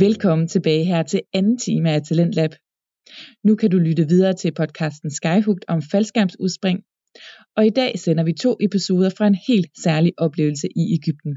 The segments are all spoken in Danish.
Velkommen tilbage her til anden time af Talentlab. Nu kan du lytte videre til podcasten Skyhugt om faldskærmsudspring, og i dag sender vi 2 episoder fra en helt særlig oplevelse i Egypten.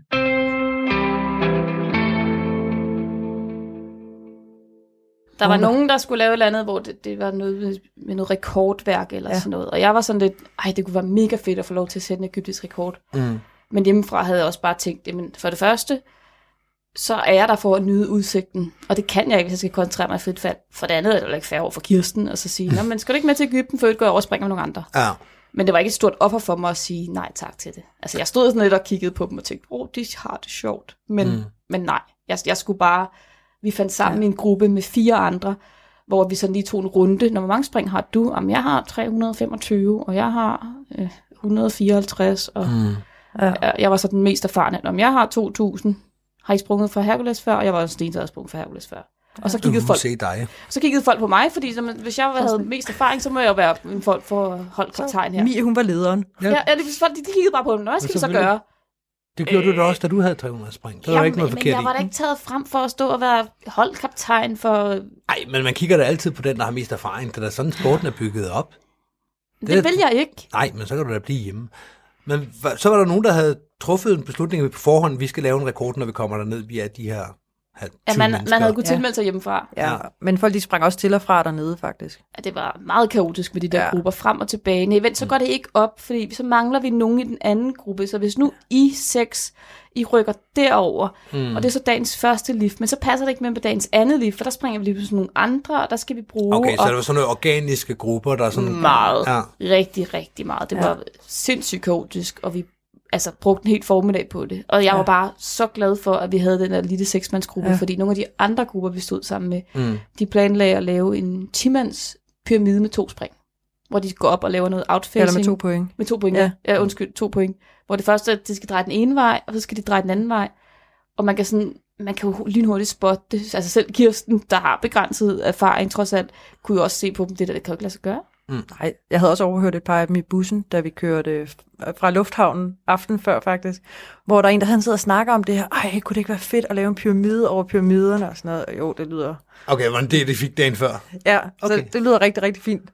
Der var nogen, der skulle lave et eller andet, hvor det var noget med noget rekordværk eller sådan noget. Og jeg var sådan lidt, det kunne være mega fedt at få lov til at sætte en egyptisk rekord. Mm. Men hjemmefra havde jeg også bare tænkt, jamen for det første, så er jeg der for at nyde udsigten. Og det kan jeg ikke, hvis jeg skal koncentrere mig i frit fald. For det andet er det ikke fair over for Kirsten, og så sige, nå, men skal du ikke med til Egypten, for at gå over og springe med nogle andre? Ja. Men det var ikke et stort offer for mig at sige nej tak til det. Altså jeg stod sådan lidt og kiggede på dem og tænkte, de har det sjovt. Men nej, jeg skulle bare... Vi fandt sammen i en gruppe med 4 andre, hvor vi sådan lige tog en runde. Hvor mange spring har du? Jamen, jeg har 325, og jeg har 154, og jeg var så den mest erfarne. Om jeg har 2000, har I sprunget fra Hercules før? Og jeg var også den, der havde sprunget fra Hercules før. Og så kiggede folk på mig, fordi hvis jeg havde mest erfaring, så må jeg jo være en folk for holdkaptajn her. Mie, hun var lederen. Ja, de kiggede bare på mig. Hvad skal vi så gøre? Det gjorde du da også, da du havde 300 spring. Der var ikke noget forkert i. Men jeg var da ikke taget frem for at stå og være holdkaptajn for... Nej, men man kigger da altid på den, der har mest erfaring. Det er da sådan, sporten er bygget op. Det vil jeg ikke. Nej, men så kan du da blive hjemme. Men så var der nogen, der havde truffet en beslutning på forhånd. Vi skal lave en rekord, når vi kommer derned via de her... man havde kunnet tilmelde sig hjemmefra. Ja, men folk de sprang også til og fra dernede, faktisk. Ja, det var meget kaotisk med de der grupper frem og tilbage. Nej, så går det ikke op, fordi så mangler vi nogen i den anden gruppe. Så hvis nu I 6, I rykker derover, og det er så dagens første lift, men så passer det ikke med på dagens andet lift, for der springer vi lige på sådan nogle andre, og der skal vi bruge... Okay, så det var sådan nogle organiske grupper, der sådan... Meget. Ja. Rigtig, rigtig meget. Det var sindssygt kaotisk, og vi brugte en helt formiddag på det. Og jeg var bare så glad for, at vi havde den der lille 6-mandsgruppe, fordi nogle af de andre grupper, vi stod sammen med, de planlagde at lave en 10-mands pyramide med 2 spring, hvor de går op og laver noget outfacing. Eller med 2 point. Med 2 point, ja. Undskyld, 2 point. Hvor det første er, at de skal dreje den ene vej, og så skal de dreje den anden vej. Og man kan jo lynhurtigt spotte det. Altså selv Kirsten, der har begrænset erfaring, trods alt, kunne jo også se på dem, det kan jo ikke lade sig gøre. Nej, jeg havde også overhørt et par af dem i bussen, da vi kørte fra lufthavnen aften før faktisk, hvor der er en, der sidder og snakker om det her. Kunne det ikke være fedt at lave en pyramide over pyramiderne og sådan noget? Jo, det lyder... Okay, hvordan det fik dagen før? Ja, okay. Så det lyder rigtig, rigtig fint.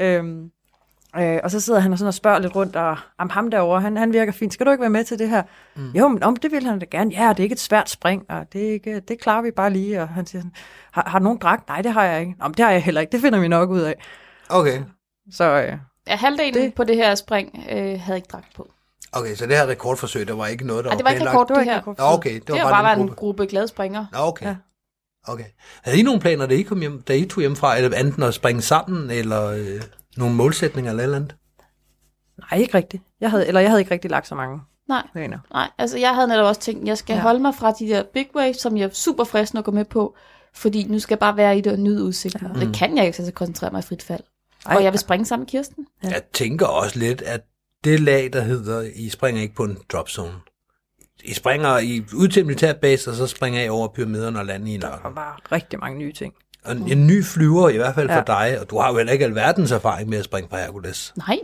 Og så sidder han og spørger lidt rundt, og ham derovre, han virker fint. Skal du ikke være med til det her? Jo, men det vil han da gerne. Ja, det er ikke et svært spring, og det klarer vi bare lige. Og han siger sådan, har du nogen dragt? Nej, det har jeg ikke. Nå, men det har jeg heller ikke. Det finder vi nok ud af. Okay. Så halvdelen på det her spring havde ikke dragt på. Okay, så det her rekordforsøg, der var ikke noget, der var det var ikke rekord, det her. Okay, det var bare en gruppe glade springere. Okay. Ja. Okay. Havde I nogle planer, da I tog hjemmefra, eller enten at springe sammen, eller nogle målsætninger eller andet? Nej, ikke rigtigt. Jeg havde ikke rigtig lagt så mange. Nej, altså jeg havde netop også tænkt, jeg skal holde mig fra de der big waves, som jeg er super fristende at gå med på, fordi nu skal jeg bare være i det og nyde udsigten. Det kan jeg ikke, så koncentrere mig i frit fald. Og jeg vil springe sammen med Kirsten. Ja. Jeg tænker også lidt, at det lag, der hedder, I springer ikke på en drop zone. I springer ud til en militærbase, og så springer I over pyramiderne og lander i en ørken. Der var rigtig mange nye ting. Og en ny flyver, i hvert fald for dig, og du har jo heller ikke alverdens erfaring med at springe fra Hercules. Nej.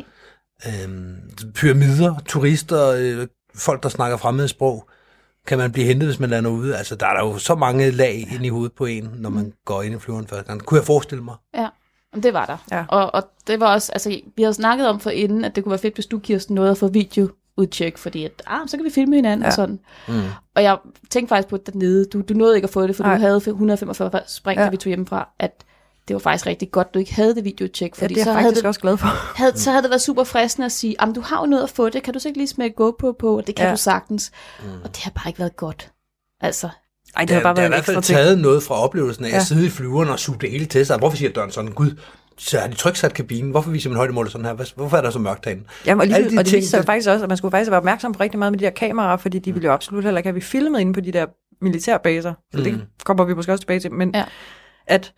Pyramider, turister, folk, der snakker fremmedsprog, kan man blive hentet, hvis man lander ude. Altså, der er jo så mange lag ind i hovedet på en, når man går ind i flyveren første gang. Kunne jeg forestille mig? Ja. Det var der. Ja. Og det var også, altså vi havde snakket om forinden, at det kunne være fedt, hvis du, Kirsten, nåede at få videoudtjek, fordi at, så kan vi filme hinanden og sådan. Og jeg tænkte faktisk på dernede, du nåede ikke at få det, for du havde 145 spring, da vi tog hjemmefra, at det var faktisk rigtig godt, du ikke havde det videotjek, fordi det er så jeg faktisk også glad for. Så havde det været super fristende at sige, du har jo noget at få det, kan du så ikke lige smække GoPro på, og det kan du sagtens. Og det har bare ikke været godt. Altså... Det har bare været i hvert fald taget noget fra oplevelsen af at sidde i flyveren og suge det hele til sig. Hvorfor siger døren sådan, gud, så har de tryksat kabinen? Hvorfor viser man højdemålet sådan her? Hvorfor er der så mørkt derinde? Jamen, og det viser jo faktisk også, at man skulle faktisk være opmærksom på rigtig meget med de der kameraer, fordi de ville jo absolut heller ikke have vi filmet inde på de der militærbaser. Så det kommer vi måske også tilbage til. Men at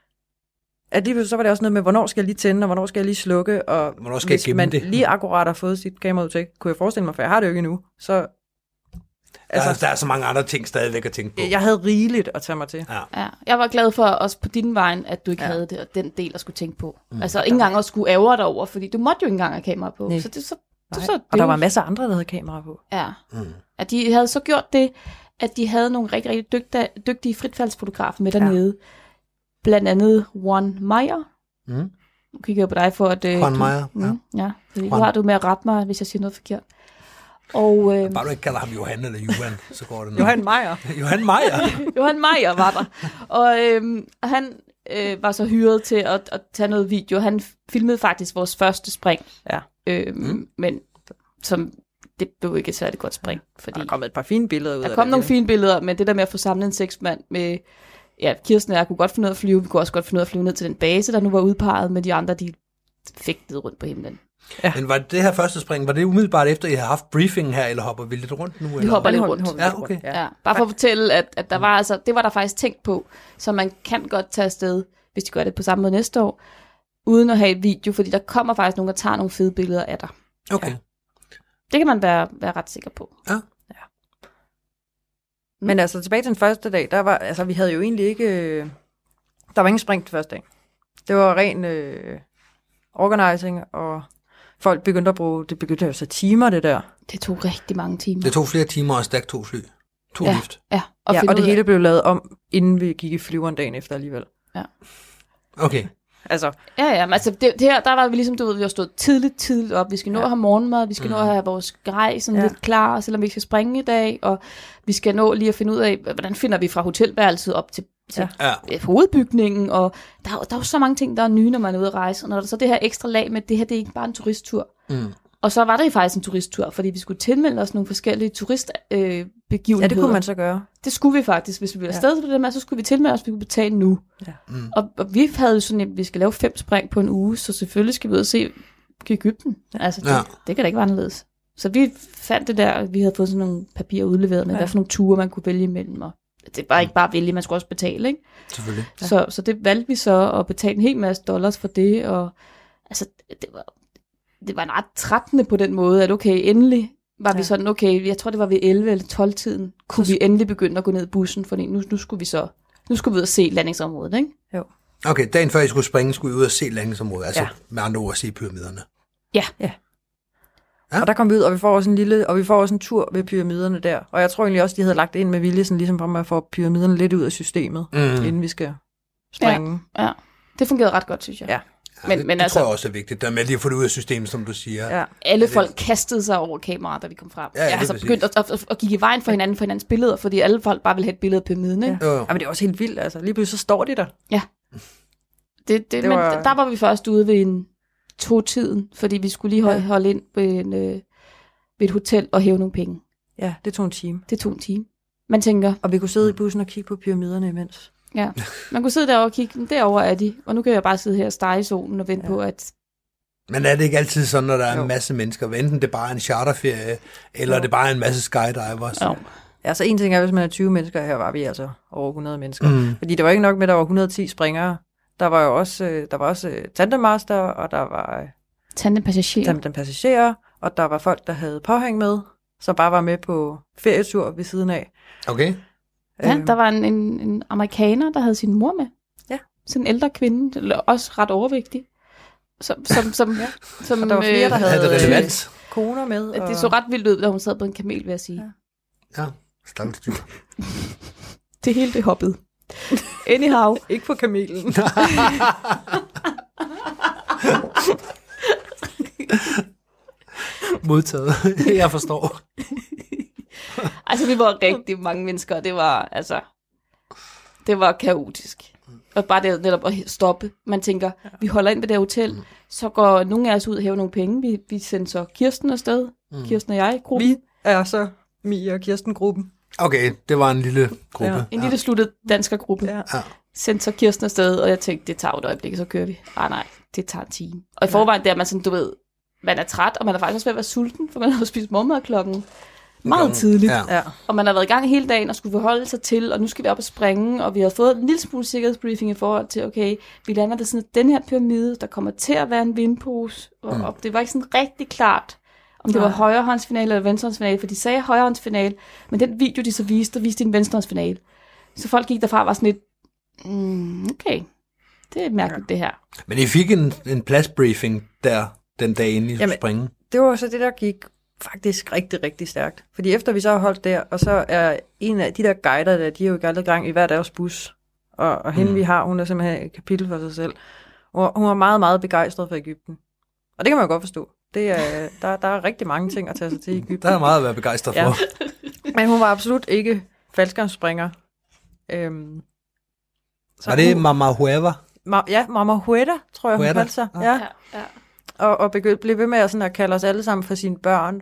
lige så var det også noget med, hvornår skal jeg lige tænde, og hvornår skal jeg lige slukke, og hvornår skal hvis man lige akkurat har fået sit kameraudtjek, kunne jeg forestille mig, for jeg har det jo ikke endnu, så... Der er så mange andre ting stadigvæk at tænke på. Jeg havde rigeligt at tage mig til. Ja. Jeg var glad for også på din vej, at du ikke havde det, og den del at skulle tænke på. Altså ikke engang at skulle ærge dig over, fordi du måtte jo ikke engang have kamera på. Så det, og der var masser af andre, der havde kamera på. Ja. At de havde så gjort det, at de havde nogle rigtig, rigtig dygtige fritfaldsfotografer med dernede. Blandt andet Juan Meyer. Nu kigger jeg på dig for at... Juan Meyer, ja. Nu har du med at rette mig, hvis jeg siger noget forkert. Og, bare du ikke kalder ham Johan eller Johan, så går det noget. Johan Meyer. Johan Meyer. Johan Meyer var der. Og han var så hyret til at tage noget video. Han filmede faktisk vores første spring. Ja. Men som... Det blev ikke et særligt godt spring. Fordi der kom et par fine billeder ud af det. Der kom nogle fine billeder, men det der med at få samlet en 6-mand med... Ja, Kirsten og jeg kunne godt finde ud af at flyve. Vi kunne også godt finde ud af at flyve ned til den base, der nu var udpeget, men de andre, de fægtede rundt på himlen. Ja. Men var det her første spring, var det umiddelbart efter, I har haft briefing her, eller hopper vi lidt rundt nu? Vi hopper lidt rundt. Ja, okay. Ja. Bare for at fortælle, at der var altså, det var der faktisk tænkt på, så man kan godt tage afsted, hvis de gør det på samme måde næste år, uden at have et video, fordi der kommer faktisk nogen, der tager nogle fede billeder af dig. Okay. Ja. Det kan man være ret sikker på. Ja. Men altså tilbage til den første dag, der var, altså vi havde jo egentlig ikke, der var ingen spring til første dag. Det var ren organizing, og folk begyndte at bruge, det begyndte jo så timer det der. Det tog rigtig mange timer. Det tog flere timer at stakke 2 fly. 2 lift. Ja, og det hele blev lavet om, inden vi gik i flyveren dagen efter alligevel. Ja. Okay. Altså. Ja, men altså det her, der var vi ligesom, du ved, vi har stået tidligt op. Vi skal nå at have morgenmad, vi skal nå at have vores grej sådan lidt klar, selvom vi skal springe i dag, og vi skal nå lige at finde ud af, hvordan finder vi fra hotelværelset op til hovedbygningen, og der er jo så mange ting, der er nye, når man er ude at rejse, og når der så det her ekstra lag med, det her, det er ikke bare en turisttur. Og så var det faktisk en turisttur, fordi vi skulle tilmelde os nogle forskellige turistbegivenheder. Ja, det kunne man så gøre. Det skulle vi faktisk. Hvis vi ville afsted på det med, så skulle vi tilmelde os, vi kunne betale nu. Ja. Og vi havde sådan, at vi skal lave 5 spring på en uge, så selvfølgelig skal vi ud og se Egypten. Altså, det kan da ikke være anderledes. Så vi fandt det der, vi havde fået sådan nogle papirer udleveret med, hvad for nogle ture man kunne vælge imellem. Og det var ikke bare vælge, man skulle også betale, ikke? Selvfølgelig. Så det valgte vi så at betale en hel masse dollars for det, og altså, det var en ret trættende på den måde, at okay, endelig var vi sådan, okay, jeg tror det var ved 11 eller 12-tiden, kunne vi endelig begynde at gå ned i bussen, fordi nu skulle vi ud og se landingsområdet, ikke? Jo. Okay, dagen før I skulle springe, skulle I ud og se landingsområdet, altså med andre ord at se pyramiderne. Ja. Og der kom vi ud, og vi får også en tur ved pyramiderne der, og jeg tror egentlig også, de havde lagt det ind med vilje, sådan ligesom for at få pyramiderne lidt ud af systemet, inden vi skal springe. Ja, det fungerede ret godt, synes jeg. Ja. Men det altså, tror jeg også er vigtigt, der med lige at få det ud af systemet, som du siger. Ja. Alle folk kastede sig over kameraet, da vi kom frem. Ja, altså begyndte at gik i vejen for hinandens billeder, fordi alle folk bare ville have et billede af pyramiden, ikke? Ja. Men det er også helt vildt, altså. Lige pludselig så står de der. Ja. Men der var vi først ude ved en 2-tiden, fordi vi skulle lige holde ind ved et hotel og hæve nogle penge. Ja, det tog en time. Man tænker... Og vi kunne sidde i bussen og kigge på pyramiderne imens. Ja, man kunne sidde derovre og kigge, derover er de, og nu kan jeg bare sidde her og stege i solen og vente på, at... Men er det ikke altid sådan, når der er en masse mennesker, enten det bare er en charterferie, eller det bare er en masse skydivers? Jo. Ja, så en ting er, hvis man er 20 mennesker, her var vi altså over 100 mennesker. Fordi det var ikke nok med, at der var 110 springere. Der var jo også tandemmaster, og der var... Tandempassagerer, og der var folk, der havde påhæng med, så bare var med på ferietur ved siden af. Okay. Ja, der var en amerikaner, der havde sin mor med. Ja. Sådan en ældre kvinde, også ret overvægtig. Som og der var flere, der havde relevant. Koner med. Og... Det så ret vildt ud, da hun sad på en kamel, vil jeg sige. Ja, stakkels dyr. Det hele det hoppede. Anyhow. Ikke på kamelen. Modtaget. Jeg forstår. Altså, vi var rigtig mange mennesker, og det var kaotisk. Og bare det netop at stoppe. Man tænker, vi holder ind ved det hotel, så går nogle af os ud og hæver nogle penge. Vi sendte så Kirsten afsted. Kirsten og jeg, gruppen. Vi er så Mia og Kirsten-gruppen. Okay, det var en lille gruppe. Ja, en lille sluttet danskergruppe. Ja. Sendte så Kirsten afsted, og jeg tænkte, det tager et øjeblik, så kører vi. Nej, det tager en time. Og i forvejen der er man sådan, du ved, man er træt, og man er faktisk også ved at være sulten, for man har spist morgenmad klokken meget tidligt. Ja. Og man har været i gang hele dagen og skulle forholde sig til, og nu skal vi op og springe, og vi har fået en lille smule sikkerhedsbriefing i forhold til, okay, vi lander ved sådan den her pyramide, der kommer til at være en vindpose, og det var ikke sådan rigtig klart, om det var højrehåndsfinale eller venstrehåndsfinale, for de sagde højrehåndsfinale, men den video, de så viste, der viste en venstrehåndsfinale. Så folk gik derfra og var sådan lidt, okay, det er mærkeligt det her. Men I fik en pladsbriefing der, den dag inden I skulle springe? Det var så det, der gik faktisk rigtig, rigtig stærkt. Fordi efter vi så har holdt der, og så er en af de der guider der, de er jo i gang i hver deres bus. Og hende vi har, hun er simpelthen et kapitel for sig selv. Og hun er meget, meget begejstret for Egypten. Og det kan man jo godt forstå. Det er, der er rigtig mange ting at tage sig til i Egypten. Der er meget at være begejstret for. Men hun var absolut ikke faldskærmsspringer. Var det Mama Hueva? Ja, Mama Hueda, tror jeg, hun kaldte sig. Ja. Og blev ved med at kalde os alle sammen for sine børn,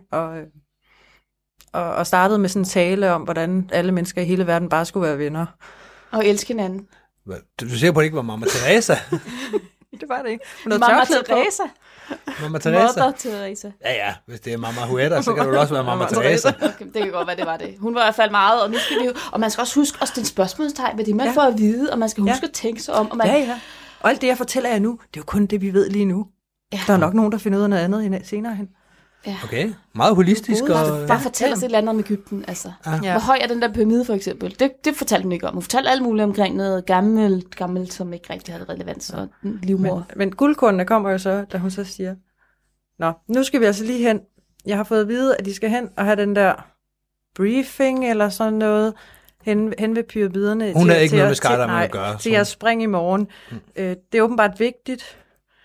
og startede med sådan en tale om, hvordan alle mennesker i hele verden bare skulle være venner. Og elske hinanden. Du ser på, at det ikke var Mama Teresa? Det var det ikke. Mama Teresa? Mama Teresa? Mother Teresa. Ja, hvis det er Mama Hueda, så kan det også være Mama Teresa. Okay, det kan godt være, det var det. Hun var i hvert fald meget, og nu skal vi jo, og man skal også huske at stille spørgsmålstegn med det, man får at vide, og man skal huske at tænke sig om. Og man, Og alt det, jeg fortæller jer nu, det er jo kun det, vi ved lige nu. Ja. Der er nok nogen, der finder ud af noget andet senere hen. Ja. Okay, meget holistisk. Bare fortæl os et eller andet om Egypten. Altså. Hvor høj er den der pyramide for eksempel? Det fortalte hun ikke om. Hun fortalte alt muligt omkring noget gammelt, som ikke rigtig havde relevans og livmor. Men guldkornene kommer jo så, da hun så siger, nå, nu skal vi altså lige hen. Jeg har fået at vide, at de skal hen og have den der briefing eller sådan noget hen ved pyramiderne. Hun er ikke noget med skydiving at gøre. Til jeres spring i morgen. Det er åbenbart vigtigt.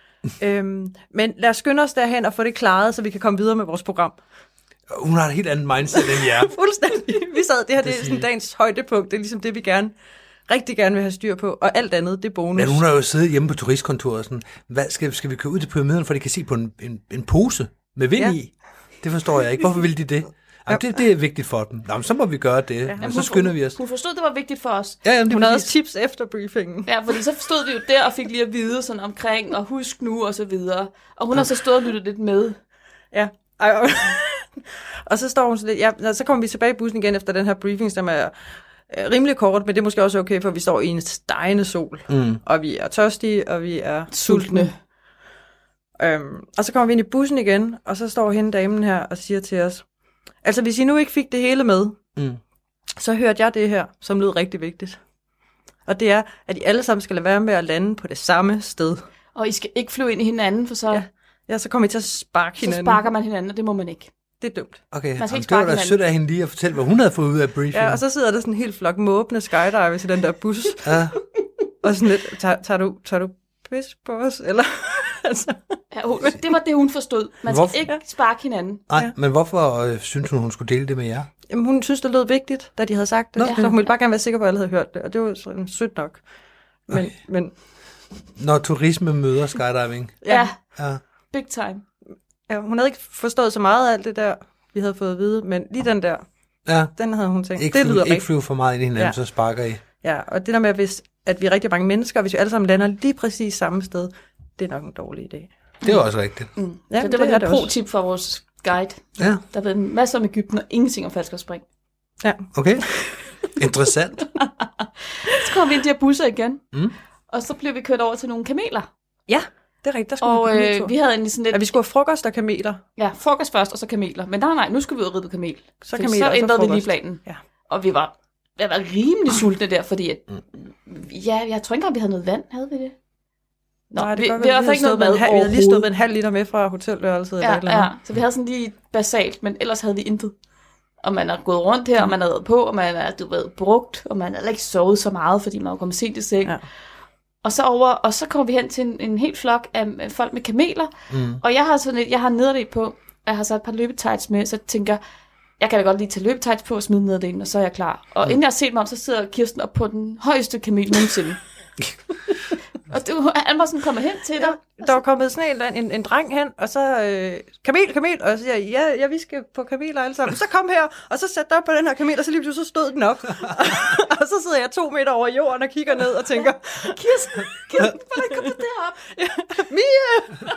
Men lad os skynde os derhen og få det klaret, så vi kan komme videre med vores program. Hun har et helt andet mindset end jer. Fuldstændig. Vi sad, det er sådan dagens højdepunkt. Det er ligesom det, vi rigtig gerne vil have styr på. Og alt andet, det er bonus. Men hun har jo siddet hjemme på turistkontoret og sådan, hvad skal vi køre ud til pyramiden, for de kan se på en pose med vind i? Det forstår jeg ikke. Hvorfor vil de det? Jamen, det er vigtigt for dem. Jamen, så må vi gøre det. Ja, så skynder vi os. Hun forstod, det var vigtigt for os. Ja, hun havde også tips efter briefingen. Ja, fordi så forstod vi jo der og fik lige at vide sådan omkring, og husk nu, og så videre. Og hun har så stået og lyttet lidt med. Ja. Og så står hun så lidt, så kommer vi tilbage i bussen igen efter den her briefing, som er rimelig kort, men det er måske også okay, for vi står i en stegende sol. Og vi er tørstige, og vi er sultne. Og så kommer vi ind i bussen igen, og så står hende damen her og siger til os, altså, hvis I nu ikke fik det hele med, så hørte jeg det her, som lød rigtig vigtigt. Og det er, at I alle sammen skal lade være med at lande på det samme sted. Og I skal ikke flyve ind i hinanden, for så... Ja, så kommer I til at sparke hinanden. Så sparker man hinanden, og det må man ikke. Det er dumt. Okay, man skal ikke det var da sødt af hende lige at fortælle, hvad hun havde fået ud af briefing. Ja, og så sidder der sådan en helt flok måbende skydivers i den der bus. Ja. Og sådan lidt, tager du pis på os, eller... altså. Ja, det var det, hun forstod. Man skal ikke sparke hinanden. Nej, men hvorfor synes hun skulle dele det med jer? Jamen, hun synes, det lød vigtigt, da de havde sagt det. Så hun ville bare gerne være sikker på, at alle havde hørt det. Og det var sådan sødt nok. Men når turisme møder skydiving. Ja. Big time. Ja, hun havde ikke forstået så meget af alt det der, vi havde fået at vide. Men lige den der, den havde hun tænkt. Det lyder rigtigt. Ikke flyve for meget ind i hinanden, så sparker I. Ja, og det der med, at vi er rigtig mange mennesker, hvis vi alle sammen lander lige præcis samme sted, det er nok en dårlig idé. Det er også rigtigt. Ja, så det var et pro-tip for vores guide. Ja. Der ved en masse om Egypten og ingenting om faldskærmsspring. Ja. Okay. Interessant. Så kom vi ind til at busser igen. Og så blev vi kørt over til nogle kameler. Ja, det er rigtigt. Der skulle vi havde egentlig sådan lidt... At vi skulle have frokost og kameler. Ja, frokost først, og så kameler. Men nej, nu skulle vi ud og ride på kamel. Så ændrede vi lige planen. Ja. Og vi var rimelig sultne der, fordi at, jeg tror ikke engang, vi havde noget vand. Havde vi det? Nej, det vi havde ikke noget mad. Vi havde lige stået med en halv liter med fra hotelværelset. Ja, så vi havde sådan lige basalt, men ellers havde vi intet. Og man er gået rundt her, og man er været på, og man er brugt, og man er ikke sovet så meget, fordi man var kommet sent i seng. Ja. Og så kommer vi hen til en helt flok af folk med kameler, og jeg har nederdel på, jeg har så et par løbetights med, så jeg tænker, jeg kan da godt lige tage løbetights på og smide nederdelen, og så er jeg klar. Og inden jeg har set mig om, så sidder Kirsten op på den højeste kamel nogensinde. Og han var sådan kommet hen til dig. Der var kommet sådan en dreng hen, og så kamel, og så siger jeg, ja, vi skal på kameler alle sammen. Så kom her, og så satte dig op på den her kamel, og så lige pludselig så stod den op. Og så sidder jeg 2 meter over jorden og kigger ned og tænker, Kirsten, hvordan kom du derop? Mia!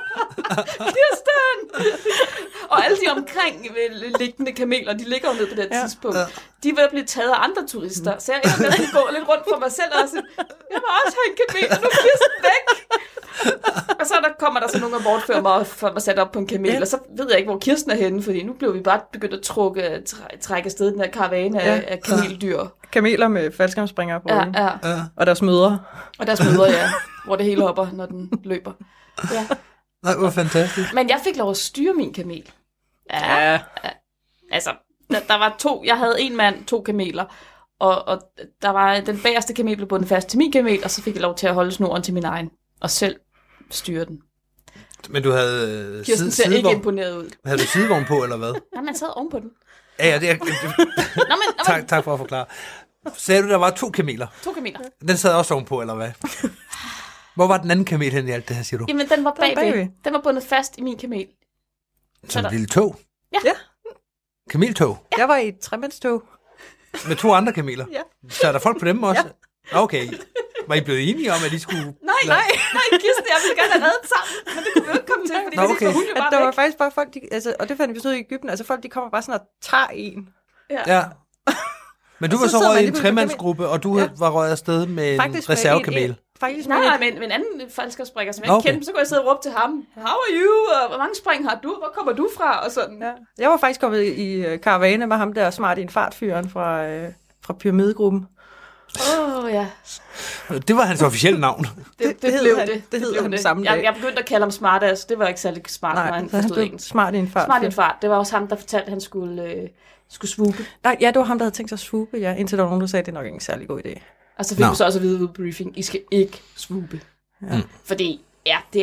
Kirsten! Og alle de omkring liggende kameler, de ligger jo ned på det tidspunkt. De er ved at blive taget af andre turister, så jeg ender med at gå lidt rundt for mig selv og sige, jeg må også have en kamel, og nu er Kirsten væk. Og så kommer der så nogen og bortfører mig for mig sat op på en kamel, og så ved jeg ikke, hvor Kirsten er henne, fordi nu blev vi bare begyndt at trække afsted den her karavane af kameldyr. Kameler med faldskærmsspringere på ryggen. Ja. Og deres mødre. Hvor det hele hopper, når den løber. Ja. Nej, hvor fantastisk. Men jeg fik lov at styre min kamel. Ja. Altså, der var 2, jeg havde en mand, 2 kameler, og der var den bagerste kamel blev bundet fast til min kamel, og så fik jeg lov til at holde snoren til min egen, og selv styre den. Men du havde Kirsten ser ikke imponeret ud. Havde du sidevogn på, eller hvad? Nej, man sad ovenpå den. Ja, det er... Tak for at forklare. Sagde du, der var 2 kameler? 2 kameler. Den sad også ovenpå, eller hvad? Hvor var den anden kamel hen i alt det her, siger du? Jamen, den var bagved. Den var bundet fast i min kamel. Som et lille tog? Ja. Kameltog? Jeg var i et tremandstog. Med 2 andre kameler? Ja. Så er der folk på dem også? Ja. Okay. Var I blevet enige om, at de skulle... Nej, Kirsten, jeg ville gerne have reddet sammen, men det kunne vi jo ikke komme til, fordi hun jo bare der var faktisk bare folk, og det fandt vi så i Egypten, altså folk, de kommer bare sådan og tager en. Ja. Men du var så røget i en tremandsgruppe, og du var røget afsted med en reservekamel. Nej, men en anden falskerspringer, som jeg ikke kendte, så kunne jeg sidde og råbe til ham, how are you, og hvor mange spring har du, hvor kommer du fra, og sådan. Ja. Jeg var faktisk kommet i karavane med ham der smart i en fartfyren fra pyramidegruppen. Ja. Det var hans officielle navn. Det blev det. Det hed han samme dag. Jeg begyndte at kalde ham smartass. Det var ikke særlig smart, når han forstod engelsk. Smart i en fart. Smart i en fart. Det var også ham, der fortalte, at han skulle swoope. Nej, ja, det var ham, der havde tænkt sig at swoope, ja. Indtil der var nogen, der sagde, at det er nok ikke en særlig god idé. Og så fik vi så også at vide ved briefing, I skal ikke swoope. Ja. Fordi, det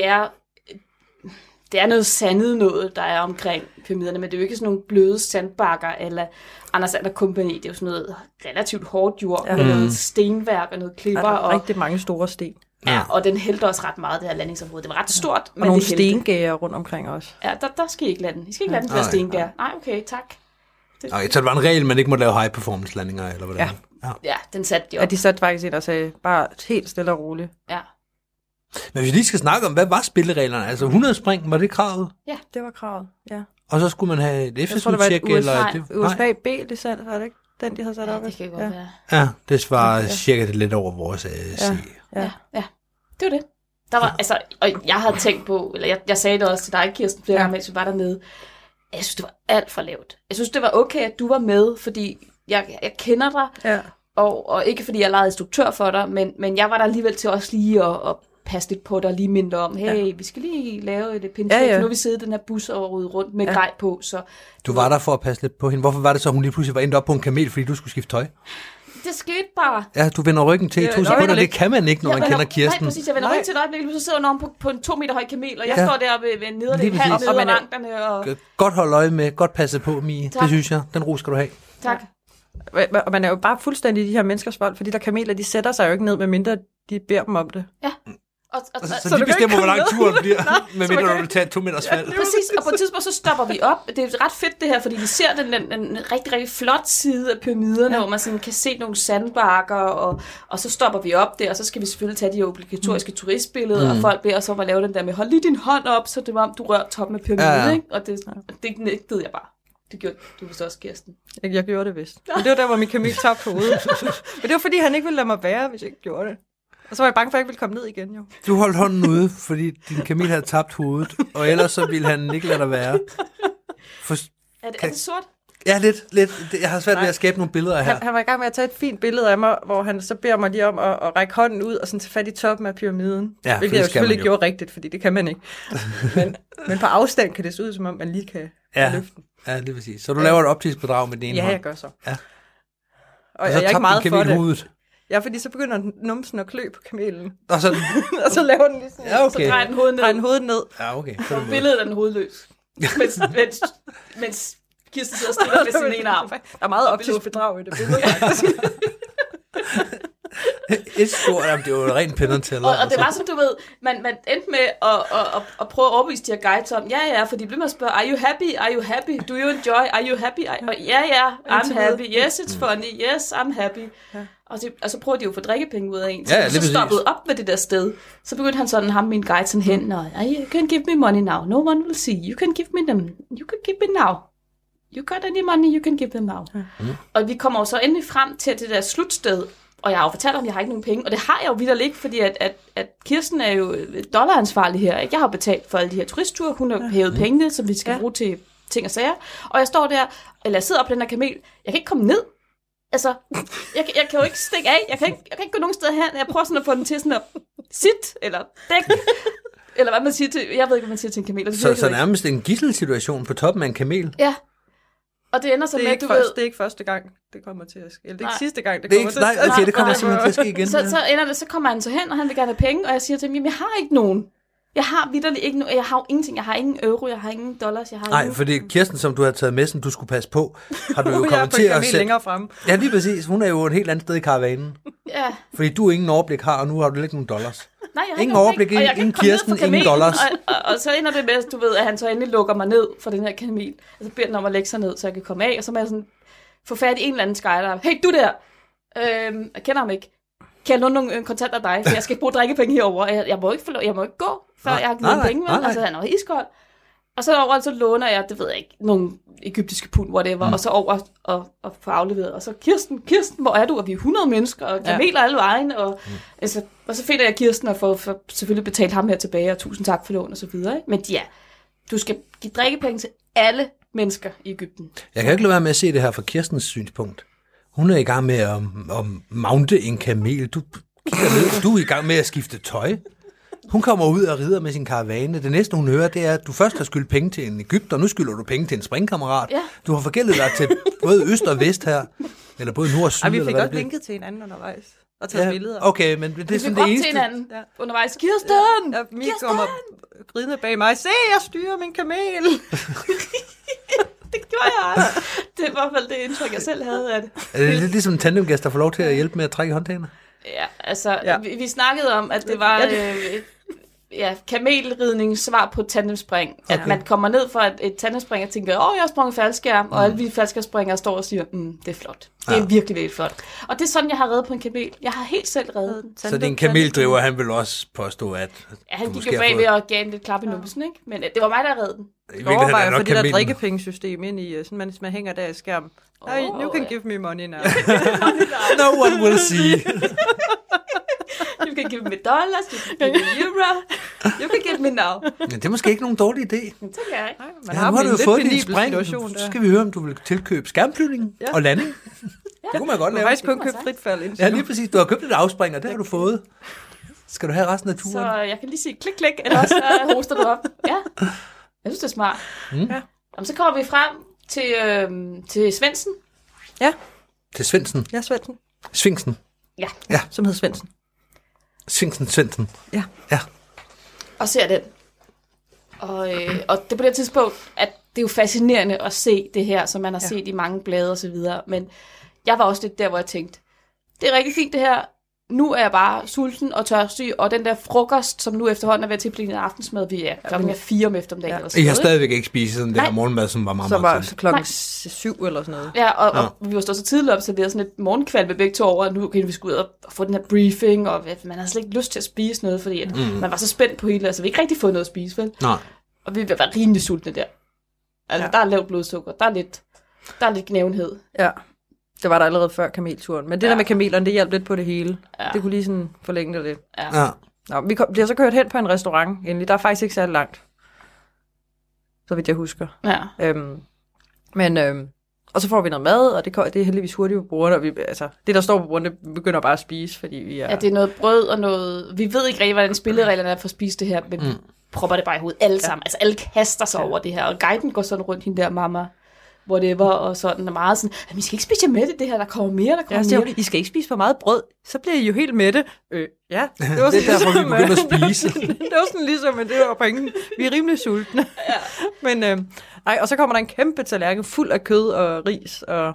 er noget sandet noget, der er omkring pyramiderne, men det er jo ikke sådan nogle bløde sandbakker, eller Anders And & Company. Det er jo sådan noget relativt hårdt jord, med noget stenværk og noget klipper. Og rigtig mange store sten. Ja, og den hældte også ret meget, det her landingsområde. Det var ret stort. Og nogle stengærer rundt omkring også. Ja, der skal I ikke lande. I skal ikke lande de der stengærer. Nej, okay, tak. Okay, så det var en regel, man ikke måtte lave high performance landinger, eller hvordan? Ja, den satte de op. Ja, de satte faktisk ind og sagde, bare helt stille og roligt. Ja. Men hvis vi lige skal snakke om, hvad var spillereglerne? Altså 100 spring, var det kravet? Ja, det var kravet, ja. Og så skulle man have et eftersudtjek? USA B, det satte, var det ikke den, de havde sat op? Det kan godt være. Ja, det svarer cirka det lidt over vores C. Ja, det var det. Der var, altså, og jeg havde tænkt på, eller jeg sagde det også til dig, Kirsten, flere gange, mens vi var dernede. Jeg synes, det var alt for lavt. Jeg synes, det var okay, at du var med, fordi jeg kender dig, og ikke fordi jeg legede instruktør for dig, men jeg var der alligevel til også lige at passe lidt på dig, lige mindre om, hey, vi skal lige lave et pincheck, for nu har vi siddet i den her bus og ryddet rundt med grej på. Så du var der for at passe lidt på hende. Hvorfor var det så, hun lige pludselig var endt op på en kamel, fordi du skulle skifte tøj? Det skete bare. Ja, du vender ryggen til i 2 sekunder, det kan man ikke, når man kender Kirsten. Nej, præcis, jeg vender ryggen til et øjeblik, så sidder hun på en 2 meter høj kamel, og jeg står der ved nederlig hals nede af ranglerne. Og... Godt holde øje med, godt passe på, Mie. Det synes jeg. Den ro skal du have. Tak. Og man er jo bare fuldstændig i de her menneskers vold, fordi der kameler, de sætter sig jo ikke ned, medmindre de beder dem om det. Ja. Så de bestemmer, hvor lang turen bliver, medmindre du vil tage 2 meters fald. Præcis, og på et tidspunkt så stopper vi op. Det er ret fedt det her, fordi vi ser den rigtig, rigtig flot side af pyramiderne, hvor man sådan kan se nogle sandbakker, og så stopper vi op der, og så skal vi selvfølgelig tage de obligatoriske turistbilleder, og folk beder os om at lave den der med, hold lige din hånd op, så det var om du rørte toppen af pyramiden, ikke? Og det nægtede jeg bare. Det gjorde du vist også, Kirsten. Jeg gjorde det vist. Men det var der, hvor min kamel tabte hovedet. Men det var fordi, han ikke ville lade mig være, hvis jeg ikke gjorde det. Og så var jeg bange for, at jeg ikke ville komme ned igen, jo. Du holdt hånden ude, fordi din kamel havde tabt hovedet, og ellers så ville han ikke lade dig være. Er det sort? Ja, lidt. Jeg har svært ved at skabe nogle billeder her. Han var i gang med at tage et fint billede af mig, hvor han så beder mig lige om at række hånden ud og sådan tage fat i toppen af pyramiden. Ja, hvilket jeg jo selvfølgelig ikke gjorde rigtigt, fordi det kan man ikke. men på afstand kan det se ud, som om man lige kan løfte den. Ja, lige præcis. Så du laver et optisk bedrag med den ene hånd? Ja, jeg gør så. Ja. Og jeg er ikke meget for det. Ja, fordi så begynder numsen at klø på kamelen. Og så laver den lige sådan. Ja, okay. Så drejer den hovedet ned. Ja, okay. Billedet er den hovedløs. Mens Kirsten sidder stille med sin ene arm. Der er meget optisk bedrag i det billede. Et stort, det var jo rent penanteller. Og det var som du ved, man endte med at prøve at overbevise de her guides om, ja, for de blev med at spørge, are you happy, do you enjoy, are you happy, og ja, I'm happy, yes, it's funny, yes, I'm happy. Og så prøvede de jo at få drikkepenge ud af en, så stoppede op med det der sted. Så begyndte han sådan, ham min guide sådan hen, og you can give me money now, no one will see, you can give me them, you can give me now. You got any money, you can give them now. Og vi kommer jo så endelig frem til det der slutsted, og jeg har jo fortalt om, at jeg har ikke nogen penge, og det har jeg jo vitterligt ikke, fordi at Kirsten er jo dollaransvarlig her. Ikke? Jeg har betalt for alle de her turistture, hun har hævet pengene, som vi skal bruge til ting og sager. Og jeg står der, eller jeg sidder op på den her kamel, jeg kan ikke komme ned. Altså, jeg kan jo ikke stikke af, jeg kan ikke gå nogen steder hen, jeg prøver sådan at få den til sådan at sit, eller dæk. Eller hvad man siger til, jeg ved ikke, hvad man siger til en kamel. Så nærmest en gidselsituation på toppen af en kamel? Ja. Og det ender så med, du ved... Det er ikke første gang, det kommer til at ske. Eller det er ikke sidste gang, det kommer til at ske. Nej, okay, det kommer simpelthen til at ske igen. Så kommer han så hen, og han vil gerne have penge, og jeg siger til ham, jeg har ikke nogen. Jeg har vitterligt ikke nogen. Jeg har jo ingenting. Jeg har ingen euro, jeg har ingen dollars. Nej, fordi Kirsten, som du har taget med, som du skulle passe på, har du jo kommet til at sætte... længere frem. Ja, lige præcis. Hun er jo et helt andet sted i karavanen. Ja. Fordi du ingen overblik har, og nu har du ikke nogen dollars. Nej, jeg har ingen overblik, ingen Kirsten, ingen dollars. Og så ender det med, du ved, at han så endelig lukker mig ned for den her kamel. Og så beder den om at lægge sig ned, så jeg kan komme af. Og så må jeg sådan få fat i en eller anden skydiver. Hey, du der! Jeg kender ham ikke. Kan jeg låne nogle kontanter af dig? For jeg skal ikke bruge drikkepenge herovre. Jeg må ikke gå, før jeg har givet penge med. Altså, han er iskold. Og så over, så låner jeg, det ved jeg ikke, nogle egyptiske pund, whatever, og så over og få afleveret. Og så, Kirsten, hvor er du? Og vi er 100 mennesker, og kameler alle vejen. Og så finder jeg Kirsten og får selvfølgelig betalt ham her tilbage, og tusind tak for lån og så videre. Men ja, du skal give drikkepenge til alle mennesker i Egypten. Jeg kan ikke lade være med at se det her fra Kirstens synspunkt. Hun er i gang med at mounte en kamel. Du er i gang med at skifte tøj. Hun kommer ud og rider med sin karavane. Det næste, hun hører, det er, at du først har skyldt penge til en egypter, og nu skylder du penge til en springkammerat. Ja. Du har forgældet dig til både øst og vest her. Eller både nord og syd. Vi fik godt linket til hinanden undervejs. Og taget billeder. Okay, men det er sådan det eneste. Til hinanden undervejs. Kirsten! Ja, Mie kommer gridende bag mig. Se, jeg styrer min kamel! Det gjorde jeg også. Det var i hvert fald det indtryk, jeg selv havde af det. Er det lidt ligesom en tandemgæst, der får lov til at hjælpe med at trække håndtagene? Ja, altså, vi snakkede om, at det var kamelridning svar på tandemspring. Okay. At man kommer ned fra et tandemspring og tænker, jeg har sprunget faldskærm, og alle vi faldskærmspringere står og siger, det er flot. Det er virkelig, virkelig flot. Og det er sådan, jeg har reddet på en kamel. Jeg har helt selv reddet den. Så din kameldriver, han vil også påstå, at... Ja, han gik jo bagved og gav en lidt klap i numsen, ikke? Men det var mig, der reddede den. Jeg overvejer for det der drikkepengesystem ind i, sådan man hænger der i skærmen. You can give me money now. No one will see. You can give me dollars, you can give me euro, you can give me now. Men det er måske ikke nogen dårlig idé. Det tænker jeg ikke. Man har nu har du jo fået din spring. Så skal vi høre, om du vil tilkøbe skærmflyvning og landing. Det kunne man godt lave. Du har faktisk kun købt fritfald. Ja, lige præcis. Du har købt et afspring, og det har du fået. Skal du have resten af turen? Så jeg kan lige sige klik, klik, eller også hoster du op. Ja, jeg synes, det er smart. Ja. Så kommer vi frem til Svendsen. Ja. Til Svendsen? Ja, Svendsen. Sfinksen? Ja, som hedder Svendsen. Svendsen. Ja. Og ser den. Og det er på det tidspunkt, at det er jo fascinerende at se det her, som man har set i mange blade og så videre. Men jeg var også lidt der, hvor jeg tænkte, det er rigtig fint det her. Nu er jeg bare sulten og tørstig, og den der frokost, som nu efterhånden er ved at tilblive en aftensmad, vi er klokken 4 om eftermiddagen. Ja. Jeg har stadigvæk ikke spist sådan den der morgenmad, som var meget, meget tidligt. Så var klokken 7 eller sådan noget. Ja, og vi var stået så tidligt op, så vi havde sådan et morgenkvalme begge to over, og nu kan vi skulle ud og få den her briefing, og man havde slet ikke lyst til at spise noget, fordi man var så spændt på hele, altså vi ikke rigtig fået noget at spise, vel? Nej. Og vi var rimelig sultne der. Altså der er lavt blodsukker, der er lidt gnævenhed. Ja. Det var der allerede før kamelturen. Men det der med kamelerne, det hjalp lidt på det hele. Ja. Det kunne lige sådan forlænge det lidt. Ja. Nå, vi bliver så kørt hen på en restaurant endelig. Der er faktisk ikke særlig langt. Så vidt jeg husker. Ja. Og så får vi noget mad, og det er heldigvis hurtigt på bordene. Og det, der står på bordene, vi begynder bare at spise, fordi vi er... Ja, det er noget brød og noget... Vi ved ikke rigtig, hvordan spillereglerne er for at spise det her, men vi propper det bare i hovedet alle sammen. Altså alle kaster sig over det her, og guiden går sådan rundt, hende der mamma, whatever, og sådan, og meget sådan, vi skal ikke spise jer mætte, det her, der kommer mere. I skal ikke spise for meget brød, så bliver I jo helt mætte. Ja, det var sådan, det er derfor, vi begynder at spise. Det var sådan ligesom, men det var pointen. Vi er rimelig sultne. Men, og så kommer der en kæmpe tallerken fuld af kød og ris. Og...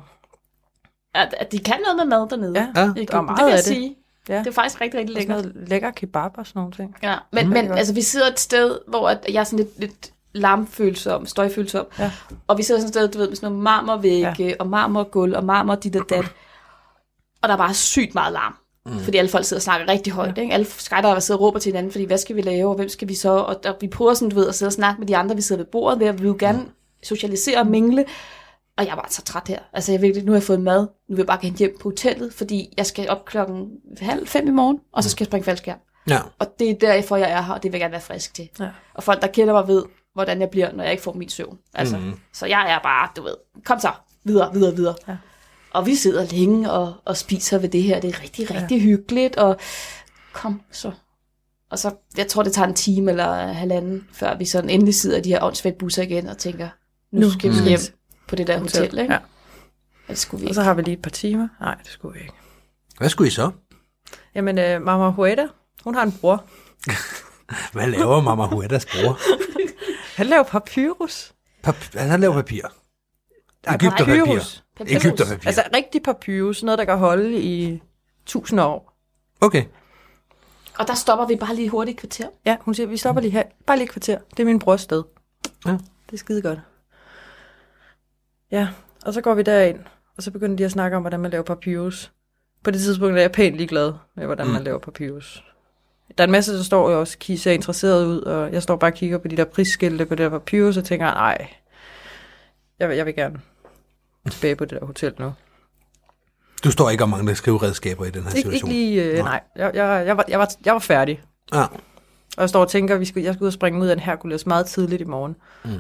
De kan noget med mad dernede. Ja, det er meget af det. Sige. Ja. Det er faktisk rigtig, rigtig lækkert. Lækker kebab og sådan nogle ting. Ja, men altså, vi sidder et sted, hvor jeg er sådan lidt larmfølsom, støjfølsom. Ja. Og vi sidder sådan et sted, du ved, med sådan nogle marmorvægge, og marmorgulv, og marmor dit og dat. Og der er bare sygt meget larm. Fordi alle folk sidder og snakker rigtig højt. Ikke? Alle skydivere sidder og råber til hinanden, fordi hvad skal vi lave, og hvem skal vi så? Og vi prøver sådan, du ved, at sidde og snakke med de andre, vi sidder ved bordet ved, at vi vil gerne socialisere og mingle. Og jeg er bare så træt her. Altså, nu har jeg fået mad. Nu vil jeg bare gerne hjem på hotellet, fordi jeg skal op 4:30 i morgen, og så skal jeg springe faldskærm. Ja. Og det er derfor, jeg er her, og det vil jeg gerne være frisk til. Ja. Og folk, der kender mig, ved, hvordan jeg bliver, når jeg ikke får min søvn. Altså, så jeg er bare, du ved, kom så, videre. Ja. Og vi sidder længe og spiser ved det her. Det er rigtig, rigtig hyggeligt, og kom så. Og så, jeg tror, det tager en time eller halvanden, før vi sådan endelig sidder i de her åndssvagt busser igen og tænker, nu skal vi hjem på det der hotel, ikke? Ja. Det skulle vi ikke. Og så har vi lige et par timer. Nej, det skulle vi ikke. Hvad skulle I så? Jamen, Mama Huerta, hun har en bror. Hvad laver Mama Huertas bror? Han laver papyrus. Han laver papir. Egypterpapir. Altså rigtig papyrus, noget der kan holde i 1000 år. Okay. Og der stopper vi bare lige hurtigt et kvarter. Ja, hun siger, vi stopper lige her. Bare lige et kvarter. Det er min brors sted. Ja. Det er skide godt. Ja, og så går vi derind, og så begynder de at snakke om, hvordan man laver papyrus. På det tidspunkt er jeg pænt ligeglad med, hvordan man laver papyrus. Der er en masse, der står jo også, ser interesseret ud, og jeg står bare og kigger på de der prisskilte på det der papyrus, og tænker, nej, jeg vil gerne tilbage på det der hotel nu. Du står ikke og mangler skriveredskaber i den her situation? Ikke lige, nej. Jeg var færdig. Ja. Og jeg står og tænker, jeg skal ud og springe ud af en Hercules meget tidligt i morgen.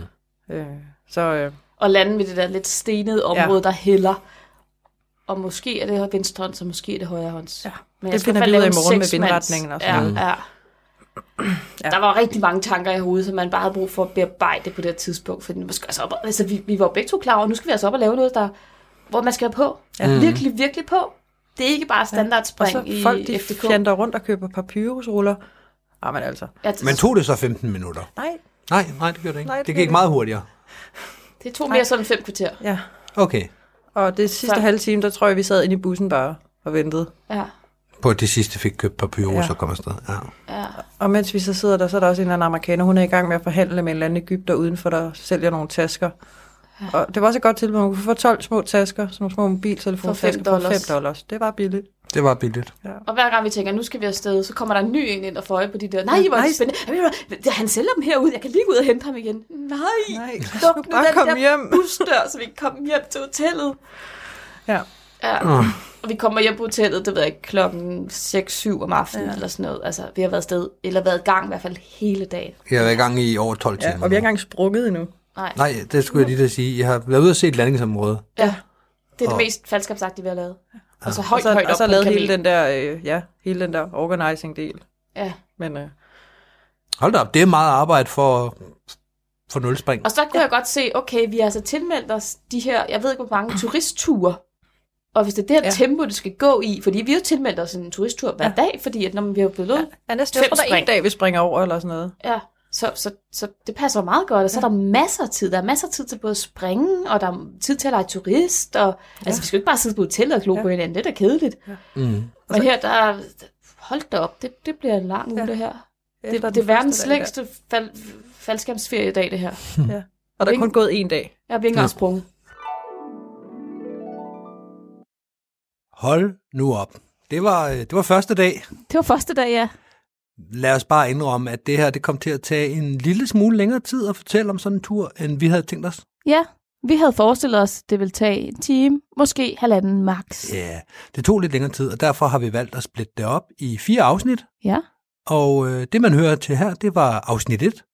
Og lande ved det der lidt stenede område, der hælder. Og måske er det venstre hånd, så måske er det højre hånds. Ja. Men det finder vi ud af i morgen med vindretningen og sådan noget. Ja. Der var rigtig mange tanker i hovedet, som man bare havde brug for at bearbejde på det tidspunkt. For vi var begge to klar over, nu skal vi altså op og lave noget, hvor man skal være på. Ja. Virkelig, virkelig på. Det er ikke bare standardspring i FDK. Og så folk, de fjanter rundt og køber papyrusruller. Men altså. Men tog det så 15 minutter? Nej, det gjorde det ikke. Det gik meget hurtigere. Det tog mere sådan 5 kvarter. Ja. Okay. Og det sidste halve time, der tror jeg, vi sad inde i bussen bare og ventede. Ja. På at det sidste fik købt papyrus og kom afsted. Ja. Og mens vi så sidder der, så er der også en eller anden amerikaner. Hun er i gang med at forhandle med en eller anden egypter udenfor, der sælger nogle tasker. Ja. Og det var også et godt tilbud. Man kunne få 12 små tasker, sådan nogle små mobiltelefontasker for $5. Det var billigt. Det var billigt. Ja. Og hver gang vi tænker, nu skal vi afsted, så kommer der en ny ind og får øje på de der. Nej, hvor er det spændende. Han sælger dem herude. Jeg kan lige gå ud og hente ham igen. Nej. Luk nu den der hjem. Busdør, så vi kan komme hjem til hotellet. Ja. Og vi kommer hjem på hotellet, det ved jeg, klokken 6-7 om aftenen eller sådan noget. Altså, vi har været afsted, eller været i gang i hvert fald hele dagen. Jeg har været i gang i over 12 timer. Og vi har ikke engang sprunget endnu. Nej, det skulle jeg lige da sige. Jeg har været ude og se et landingsområde. Ja, det er det mest faldskabsagtige, vi har lavet. Ja. Og så højt op og så lavet hele den der organizing-del. Ja. Men, hold da op, det er meget arbejde for nulspring. Og så kan jeg godt se, okay, vi har altså tilmeldt os de her, jeg ved ikke hvor mange turistture. Og hvis det er det her tempo, det skal gå i, fordi vi har tilmeldt os en turisttur hver dag, fordi at når vi har blevet næsten der er en dag, vi springer over eller sådan noget. Ja, så det passer meget godt, og så er der masser af tid. Der er masser af tid til både at springe, og der er tid til at lege turist, og altså vi skal jo ikke bare sidde på hotellet og glo på hinanden, det er da kedeligt. Ja. Men her, der hold da op, det bliver en lang uge det her. Det er verdens længste faldskærmsferie i dag, det her. Ja. Og der er kun gået en dag. Jeg har ikke engang sprunget. Hold nu op. Det var første dag. Det var første dag, ja. Lad os bare indrømme, at det her det kom til at tage en lille smule længere tid at fortælle om sådan en tur, end vi havde tænkt os. Ja, vi havde forestillet os, at det ville tage en time, måske 1,5 max. Ja, det tog lidt længere tid, og derfor har vi valgt at splitte det op i 4 afsnit. Ja. Og det, man hører til her, det var afsnit 1.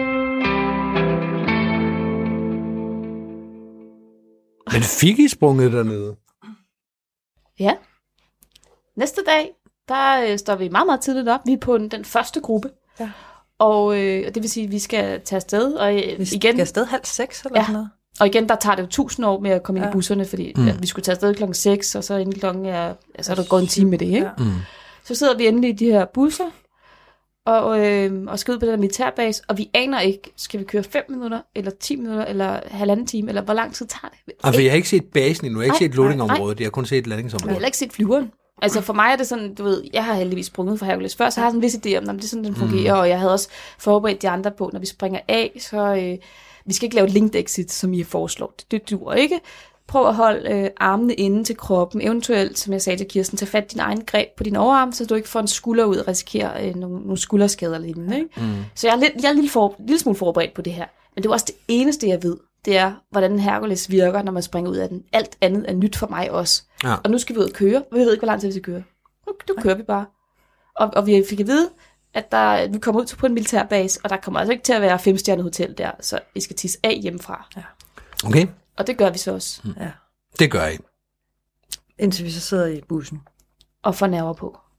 Men fik I sprunget dernede? Ja. Næste dag, der står vi meget, meget tidligt op. Vi er på den første gruppe. Ja. Og det vil sige, at vi skal tage afsted. Og vi skal afsted 5:30 eller sådan noget. Og igen, der tager det jo 1000 år med at komme ind i busserne, fordi vi skulle tage afsted klokken 6, og så inden klokken så er der gået en time med det, ikke? Ja. Så sidder vi endelig i de her busser, og skal ud på den der militærbase, og vi aner ikke, skal vi køre 5 minutter, eller 10 minutter, eller 1,5 time, eller hvor lang tid tager det? Altså, jeg har ikke set basen endnu, jeg har ikke set loadingområdet, jeg har kun set landingsområdet. Jeg har heller ikke set flyveren. Altså for mig er det sådan, du ved, jeg har heldigvis sprunget fra Hercules før, så jeg har sådan en vis idé om, det er sådan, den fungerer, og jeg havde også forberedt de andre på, når vi springer af, så vi skal ikke lave et linked exit, som I foreslår. Det duer ikke. Prøv at holde armene inde til kroppen, eventuelt, som jeg sagde til Kirsten, tag fat din egen greb på din overarm, så du ikke får en skulder ud og risikerer nogle skulderskader eller lignende. Ikke? Så jeg er en lille smule forberedt på det her. Men det er også det eneste, jeg ved. Det er, hvordan en Hercules virker, når man springer ud af den. Alt andet er nyt for mig også. Ja. Og nu skal vi ud og køre. Vi ved ikke, hvor lang tid vi skal køre. Nu kører vi bare. Og vi fik at vide, at vi kommer ud på en militærbase, og der kommer altså ikke til at være 5-stjernet hotel der, så vi skal tisse af hjemmefra. Ja. Okay. Og det gør vi så også. Ja. Det gør I. Indtil vi så sidder i bussen. Og får nerver på.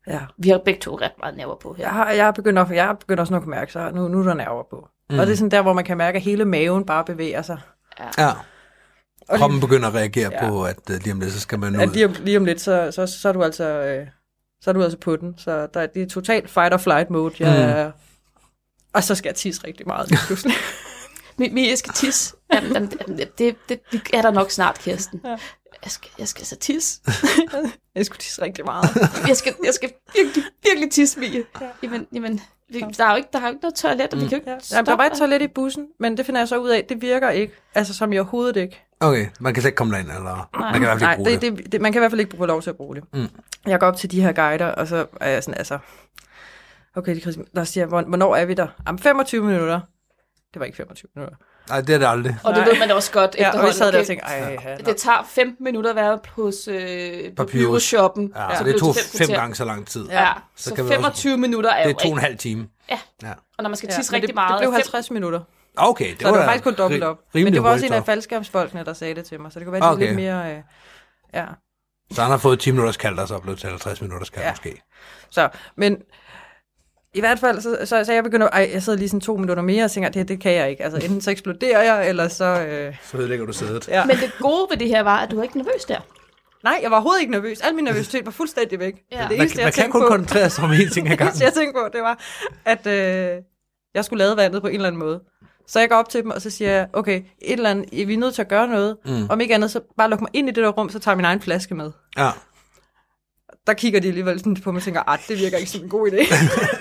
Ja. Vi har begge to ret meget nerver på her. Jeg har begyndt også at kunne mærke, så nu er der nerver på. Og det er sådan der, hvor man kan mærke, at hele maven bare bevæger sig. Ja. Kroppen begynder at reagere på, at lige om lidt, så skal man ud. At lige om lidt, så er du altså... Så er du altså på den. Så det er totalt fight or flight mode. Og så skal jeg tisse rigtig meget. Jeg skal tisse. Det er der nok snart, Kirsten. Ja. Jeg skal så tisse. Jeg skulle tisse rigtig meget. jeg skal virkelig tisse, Mie. Ja. Jamen, der er jo ikke noget toilet, og vi kan jo ikke stoppe. Der var et toilet i bussen, men det finder jeg så ud af, det virker ikke. Altså som i overhovedet ikke. Okay, man kan slet ikke komme derind, eller man kan i hvert fald ikke bruge det. Man kan i hvert fald ikke få lov til at bruge det. Jeg går op til de her guider, og så er jeg sådan, altså... Okay, der siger, hvornår er vi der? 25 minutter. Det var ikke 25 minutter. Nej, det er det aldrig. Og det ved man også godt efterhånden. Og vi sad der og tænkte, det tager 15 minutter at være hos Papyrus-shoppen. Ja, så det tog 5 gange så lang tid. Ja, så 25 minutter er jo det er 2,5 timer. Ja, og når man skal tisse rigtig meget... Det blev 50 minutter. Okay, det var faktisk kun dobbelt op. Men det var også en af faldskærmsfolkene, der sagde det til mig, så det kunne være lidt mere... Så han har fået 10 minutters kald, og så er blevet til 50 minutters kald måske. Så, men... I hvert fald, så jeg begynder, jeg sidder lige sådan 2 minutter mere og tænker, det kan jeg ikke. Altså, enten så eksploderer jeg, eller så... Så ødelægger du sædet. Ja. Men det gode ved det her var, at du var ikke nervøs der. Nej, jeg var overhovedet ikke nervøs. Al min nervøsitet var fuldstændig væk. Ja. Det eneste, man kan kun koncentrere sig om én ting ad gangen. Det jeg tænkte på, det var, at jeg skulle lade vandet på en eller anden måde. Så jeg går op til dem, og så siger jeg, okay, et eller andet, vi er nødt til at gøre noget. Om ikke andet, så bare luk mig ind i det der rum, så tager jeg min egen flaske med. Ja. Der kigger de alligevel sådan på mig og tænker, det virker ikke som en god idé.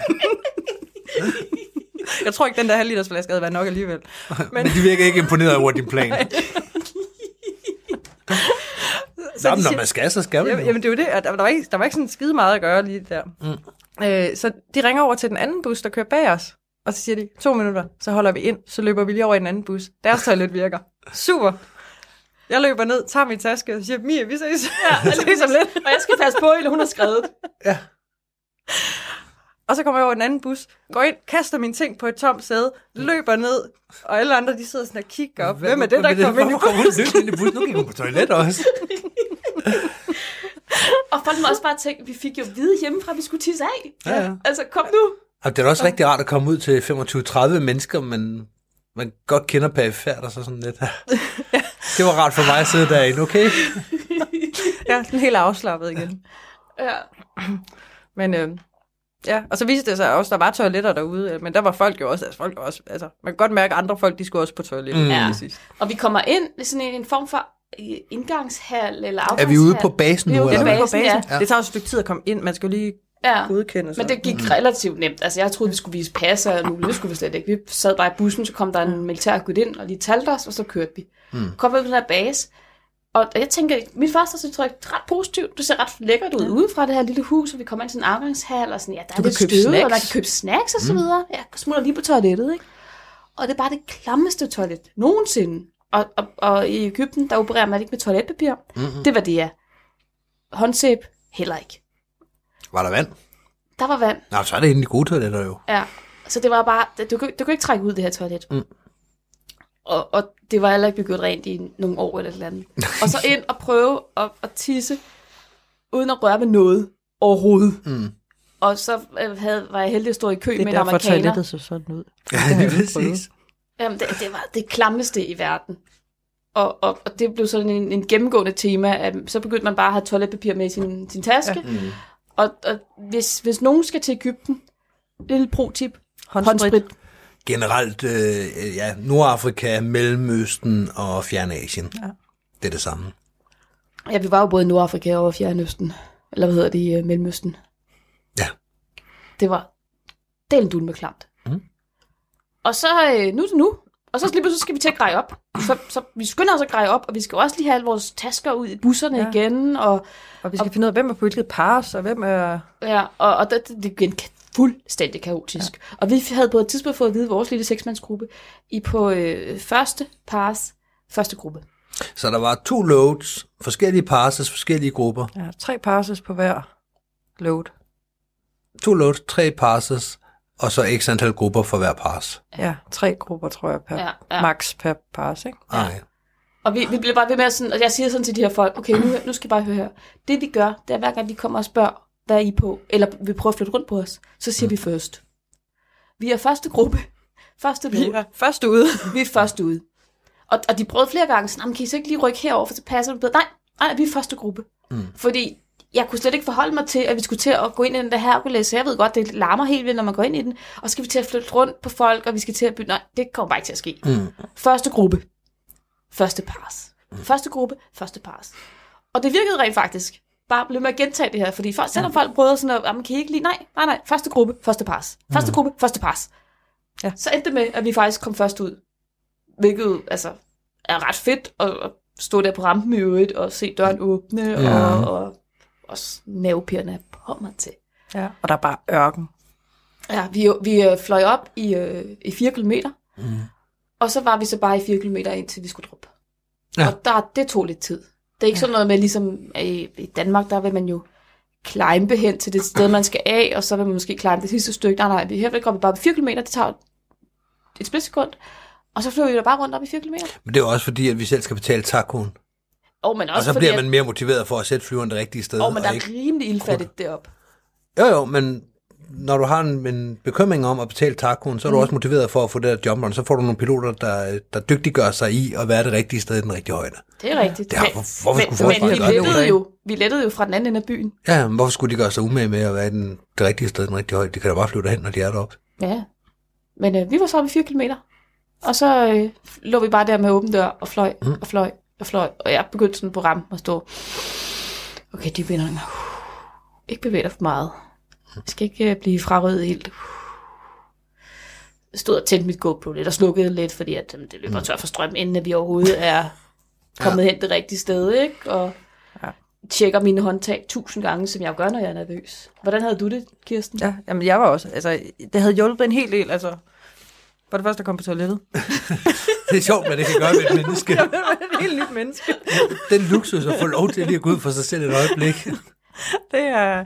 Jeg tror ikke, den der halv-liters flaske havde været nok alligevel. Men de virker ikke imponeret over din plan. Når man skal, så skal man. Jamen det er jo det, at der var ikke sådan skide meget at gøre lige der. Så de ringer over til den anden bus, der kører bag os. Og så siger de, 2 minutter, så holder vi ind, så løber vi lige over i den anden bus. Deres toilet virker. Super. Jeg løber ned, tager min taske og siger, Mia, vi ses. Ja, ses om lidt. Og jeg skal passe på, eller hun har skrevet. Ja. Og så kommer jeg over i den anden bus, går ind, kaster mine ting på et tomt sæde, løber ned, og alle andre, de sidder sådan og kigger op. Hvem er det, der kommer ind i bussen? Nu gik hun på toilet også. Og folk må også bare tænke, vi fik jo vide hjemmefra, at vi skulle tisse af. Ja. Altså, kom nu. Og det er også rigtig rart at komme ud til 25-30 mennesker, men man godt kender perifært og så sådan lidt. Det var rart for mig at sidde derinde, okay? Ja, sådan helt afslappet igen. Ja. Men ja, og så viste det sig også, der var toiletter derude, men der var folk jo også, altså man kan godt mærke, at andre folk, de skulle også på toilettet. Ja. Og vi kommer ind i sådan en form for indgangshal eller afgangshal. Er vi ude på basen nu? Vi er ude på basen, ja. Det tager også et stykke tid at komme ind, man skal jo lige godkende. Men det gik relativt nemt. Altså jeg troede, vi skulle vise pas, og nu det skulle vi slet ikke. Vi sad bare i bussen, så kom der en militærgud ind og lige talte os, og så kørte vi. Kom vi ud på den her base, og jeg tænker, mit første indtryk er ret positivt. Du ser ret lækkert ud ude fra det her lille hus, og vi kommer ind til en afgangshal, og sådan, ja, der er lidt støvet, og man kan købe snacks og så videre. Jeg smutter lige på toilettet, ikke? Og det er bare det klammeste toilet nogensinde. Og i Egypten, der opererer man ikke med toiletpapir. Det var det, ja. Håndsæb, heller ikke. Var der vand? Der var vand. Nå, så er det egentlig gode toiletter jo. Ja, så det var bare, du kunne ikke trække ud det her toilet. Og det var heller ikke gjort rent i nogle år eller et eller andet. Og så ind og prøve at tisse, uden at røre med noget overhovedet. Og så var jeg heldig at stå i kø med en amerikaner. Det er derfor toilettet så sådan ud. Ja, det er præcis. Jamen, det var det klammeste i verden. Og det blev sådan en gennemgående tema, at så begyndte man bare at have toiletpapir med i sin taske. Og hvis nogen skal til Egypten, lille pro-tip, håndsprit. Generelt, Nordafrika, Mellemøsten og Fjernasien. Ja. Det er det samme. Ja, vi var jo både i Nordafrika og Fjernøsten. Eller hvad hedder det i Mellemøsten? Ja. Det var delen dun med klamt. Og så nu. Og så lige pludselig skal vi til at greje op. Så vi skynder os at greje op, og vi skal også lige have alle vores tasker ud i busserne igen. Og vi skal finde ud af, hvem er på hvilket pars, og hvem er... Ja, og det bliver fuldstændig kaotisk. Ja. Og vi havde på et tidspunkt fået at vide, vores lille 6-mandsgruppe, på første pars, første gruppe. Så der var 2 loads, forskellige parses, forskellige grupper. Ja, 3 parses på hver load. 2 loads, 3 parses, og så x antal grupper for hver pars. Ja, 3 grupper, tror jeg, per max per pars, ikke? Ja. Okay. Og vi bliver bare ved med sådan, og jeg siger sådan til de her folk, okay, nu skal I bare høre her. Det vi gør, det er hver gang de kommer og spørger, hvad er I på? Eller vi prøver at flytte rundt på os. Så siger vi først. Vi er første gruppe. Vi er først ude. Og de prøvede flere gange, sådan, kan I så ikke lige rykke herover, for så passer det bedre? Nej, vi er første gruppe. Fordi jeg kunne slet ikke forholde mig til, at vi skulle til at gå ind i den der Hercules, så jeg ved godt, det larmer helt vildt, når man går ind i den, og så skal vi til at flytte rundt på folk, og vi skal til at bytte. Nej, det kommer bare ikke til at ske. Første gruppe. Første pars. Første gruppe. Første pars. Og det virkede rent faktisk. Bare blev med at gentage det her, fordi selvom folk prøvede sådan, at man kan I ikke lige, nej, første gruppe, første pars. Første gruppe, første pars. Ja. Så endte det med, at vi faktisk kom først ud. Hvilket altså er ret fedt at stå der på rampen i øvrigt og se døren åbne og nervepirrende på mig til. Ja, og der er bare ørken. Ja, vi fløj op i 4 kilometer, og så var vi så bare i 4 kilometer indtil vi skulle droppe. Ja. Og det tog lidt tid. Det er ikke sådan noget med, ligesom i Danmark, der vil man jo climbe hen til det sted, man skal af, og så vil man måske climbe det sidste stykke. Nej, her går vi bare på 4 kilometer, det tager et splitsekund, og så flyver vi der bare rundt op i 4 kilometer. Men det er også fordi, at vi selv skal betale takoen. Men også og så bliver man mere motiveret for at sætte flyveren det rigtige sted. Men der er rimelig ildfattigt deroppe. Jo, men når du har en bekymring om at betale takoen, så er du også motiveret for at få det der jumperen. Så får du nogle piloter, der dygtiggør sig i at være det rigtige sted i den rigtige højde. Det er rigtigt. Men vi lettede jo fra den anden ende af byen. Ja, men hvorfor skulle de gøre sig umage med at være i det rigtige sted i den rigtige højde? De kan da bare flyve derhen, når de er deroppe. Ja, men vi var så oppe i 4 kilometer. Og så lå vi bare der med åben dør og fløj og fløj og fløj. Og jeg begyndte sådan på rampen at stå. Okay, dyb indånding. Ikke bevæge dig for meget. Jeg skal ikke blive frarøvet helt. Jeg stod og tændte mit GoPro lidt og slukkede lidt, fordi at, det løber tør for strøm, inden vi overhovedet er kommet hen det rigtige sted, ikke? Og tjekker mine håndtag 1000 gange, som jeg gør, når jeg er nervøs. Hvordan havde du det, Kirsten? Ja, jamen jeg var også. Altså, det havde hjulpet en hel del, altså. For det første at komme på toilettet. Det er sjovt, hvad det kan gøre med et menneske. Ja, det er et helt nyt menneske. Den luksus at få lov til lige at gå ud for sig selv et øjeblik. Det er...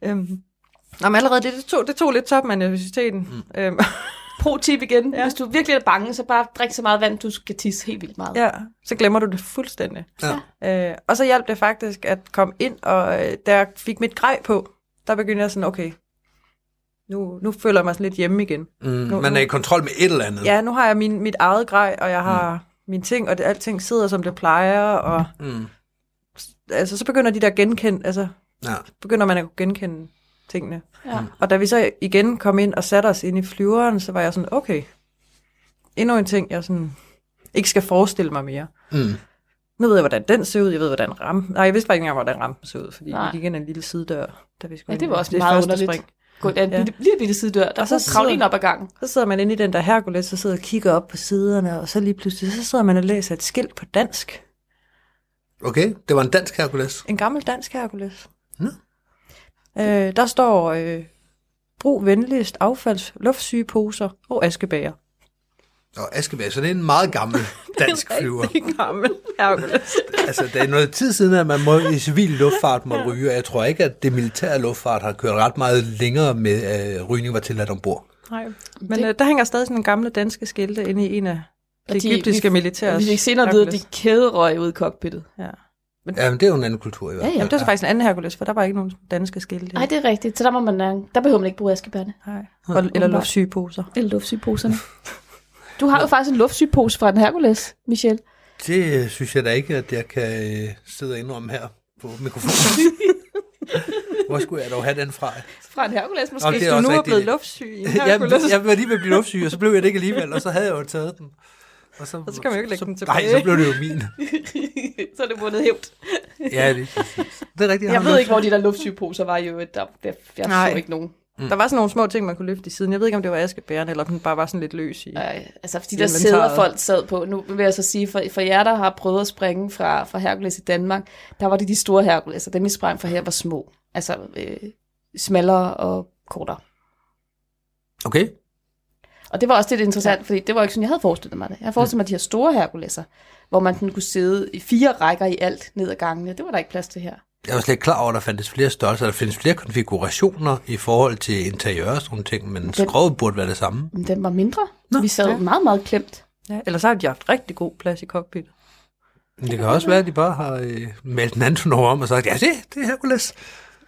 men allerede det tog lidt toppen af nervøsiteten. Pro-tip igen. Ja. Hvis du virkelig er bange, så bare drik så meget vand, du skal tisse helt vildt meget. Ja, så glemmer du det fuldstændig. Ja. Og så hjalp det faktisk at komme ind, og da jeg fik mit grej på, der begyndte jeg sådan, okay, nu føler jeg mig sådan lidt hjemme igen. Man er i kontrol med et eller andet. Ja, nu har jeg mit eget grej, og jeg har mine ting, og alting sidder, som det plejer, og altså, så begynder de der begynder man at genkende tingene. Ja. Og da vi så igen kom ind og satte os ind i flyveren, så var jeg sådan, okay, endnu en ting, jeg sådan ikke skal forestille mig mere. Nu ved jeg, hvordan den ser ud, jeg ved, hvordan rampen... Nej, jeg vidste bare ikke engang, hvordan rampen ser ud, fordi vi gik ind en lille sidedør, da vi skulle det var også meget underligt. Gå en lille bitte sidedør, der så kravle ind op ad gangen. Så sidder man inde i den der Hercules, så sidder og kigger op på siderne, og så lige pludselig, så sidder man og læser et skilt på dansk. Okay, det var en dansk Hercules. En gammel dansk Hercules. Der står, brug venligst affalds, luftsygeposer og askebager. Og askebager, så det er en meget gammel dansk flyver. Det er en gammel Hercules. Altså, det er noget tid siden, at man i civil luftfart må ryge, og jeg tror ikke, at det militære luftfart har kørt ret meget længere med, at rygning var tilladt ombord. Nej, men der hænger stadig sådan en gamle danske skilte inde i en af de egyptiske militære. Vi fik senere vide, at de kæderøg ud i cockpittet. Ja. Men det er jo en anden kultur i hvert fald. Ja, det er så faktisk en anden Hercules, for der var ikke nogen danske skilte. Nej, det er rigtigt. Så der behøver man ikke bruge askebærne. Nej. Eller luftsygeposer. Eller luftsygeposerne. Du har jo faktisk en luftsygepose fra en Hercules, Michelle. Det synes jeg da ikke, at jeg kan sidde og indrømme her på mikrofonen. Hvor skulle jeg dog have den fra? Fra en Hercules måske. Hvis du nu er blevet luftsyg i en Hercules. Jeg var lige ved at blive luftsyg, og så blev jeg det ikke alligevel, og så havde jeg jo taget den. Og så kan man jo ikke lægge den tilbage. Nej, så blev det jo min. Så er det bundet hævd. Ja, det er præcis. Det er rigtigt. Jeg ved ikke, hvor de der luftsygeposer var jo. Jeg så ikke nogen. Der var sådan nogle små ting, man kunne løfte i siden. Jeg ved ikke, om det var askebæren, eller om den bare var sådan lidt løs i. Altså, de der sæder folk sad på. Nu vil jeg så sige, for jer, der har prøvet at springe fra Hercules i Danmark, der var de store Hercules, og dem, I sprang fra her, var små. Altså, smallere og kortere. Okay. Og det var også lidt interessant, fordi det var ikke sådan, jeg havde forestillet mig det. Jeg havde forestillet mig de her store Herculeser, hvor man kunne sidde i 4 rækker i alt ned ad gangene. Det var der ikke plads til her. Jeg var slet ikke klar over, at der fandtes flere størrelser. Der findes flere konfigurationer i forhold til interiør og sådan ting, men skroget burde være det samme. Den var mindre. Vi sad meget, meget klemt. Ja, ellers har de haft rigtig god plads i cockpit. Det kan også være, at de bare har malet en Antonov om og sagt, ja, det er Hercules.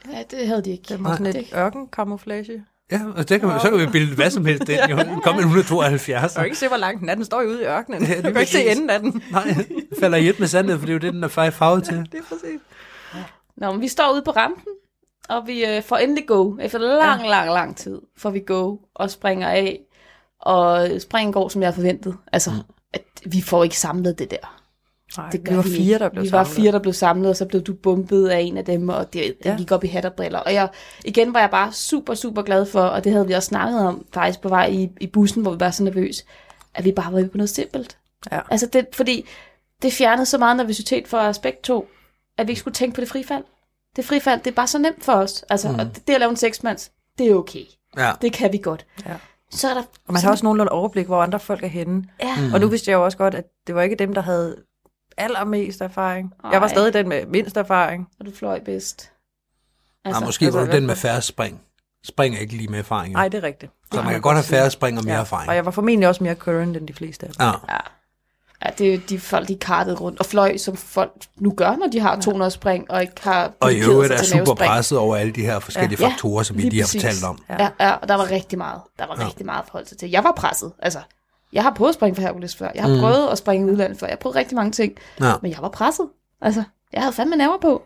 Ja, det havde de ikke. Det var sådan et ørkencamouflage. Ja, og så kan vi bilde hvad som helst ind. Kom en 172. Du kan ikke se, hvor langt den er. Den står jo ude i ørkenen. Ja, du kan ikke se enden af den. Nej, den falder i et med sandet, for det er jo det, den er farvet til. Det er præcis. Nå, men vi står ude på rampen, og vi får endelig go. Efter lang tid får vi go og springer af. Og springen går, som jeg havde forventet. Altså, at vi får ikke samlet det der. Nej, vi var 4, der blev samlet. Vi var 4, der blev samlet, og så blev du bumpet af en af dem, og det gik op i hat og briller. Og igen var jeg bare super glad for, og det havde vi også snakket om, faktisk på vej i bussen, hvor vi var så nervøs, at vi bare var ude på noget simpelt. Ja. Altså, fordi det fjernede så meget nervøsitet for os begge to, at vi ikke skulle tænke på det frifald. Det frifald, det er bare så nemt for os. Altså, og det at lave en 6-mands, det er okay. Ja. Det kan vi godt. Ja. Så er der og man har også nogenlunde overblik, hvor andre folk er henne. Ja. Og nu vidste jeg jo også godt, at det var ikke dem, der havde allermest erfaring. Ej. Jeg var stadig den med mindst erfaring. Og du fløj bedst. Altså, måske var du den med færre spring. Spring er ikke lige med erfaring. Nej, det er rigtigt. Så man kan godt have færre spring og mere erfaring. Og jeg var formentlig også mere current end de fleste af dem. Ja, det er jo de folk, de kartede rundt og fløj, som folk nu gør, når de har 200 spring, og ikke har... Og i øvrigt er super presset over alle de her forskellige faktorer, som vi lige har fortalt om. Ja, og der var rigtig meget. Der var rigtig meget forhold til. Jeg var presset, altså. Jeg har prøvet at springe for Hercules før. Jeg har prøvet at springe i udlandet før. Jeg har prøvet rigtig mange ting. Men jeg var presset. Altså, jeg havde fandme nerver på.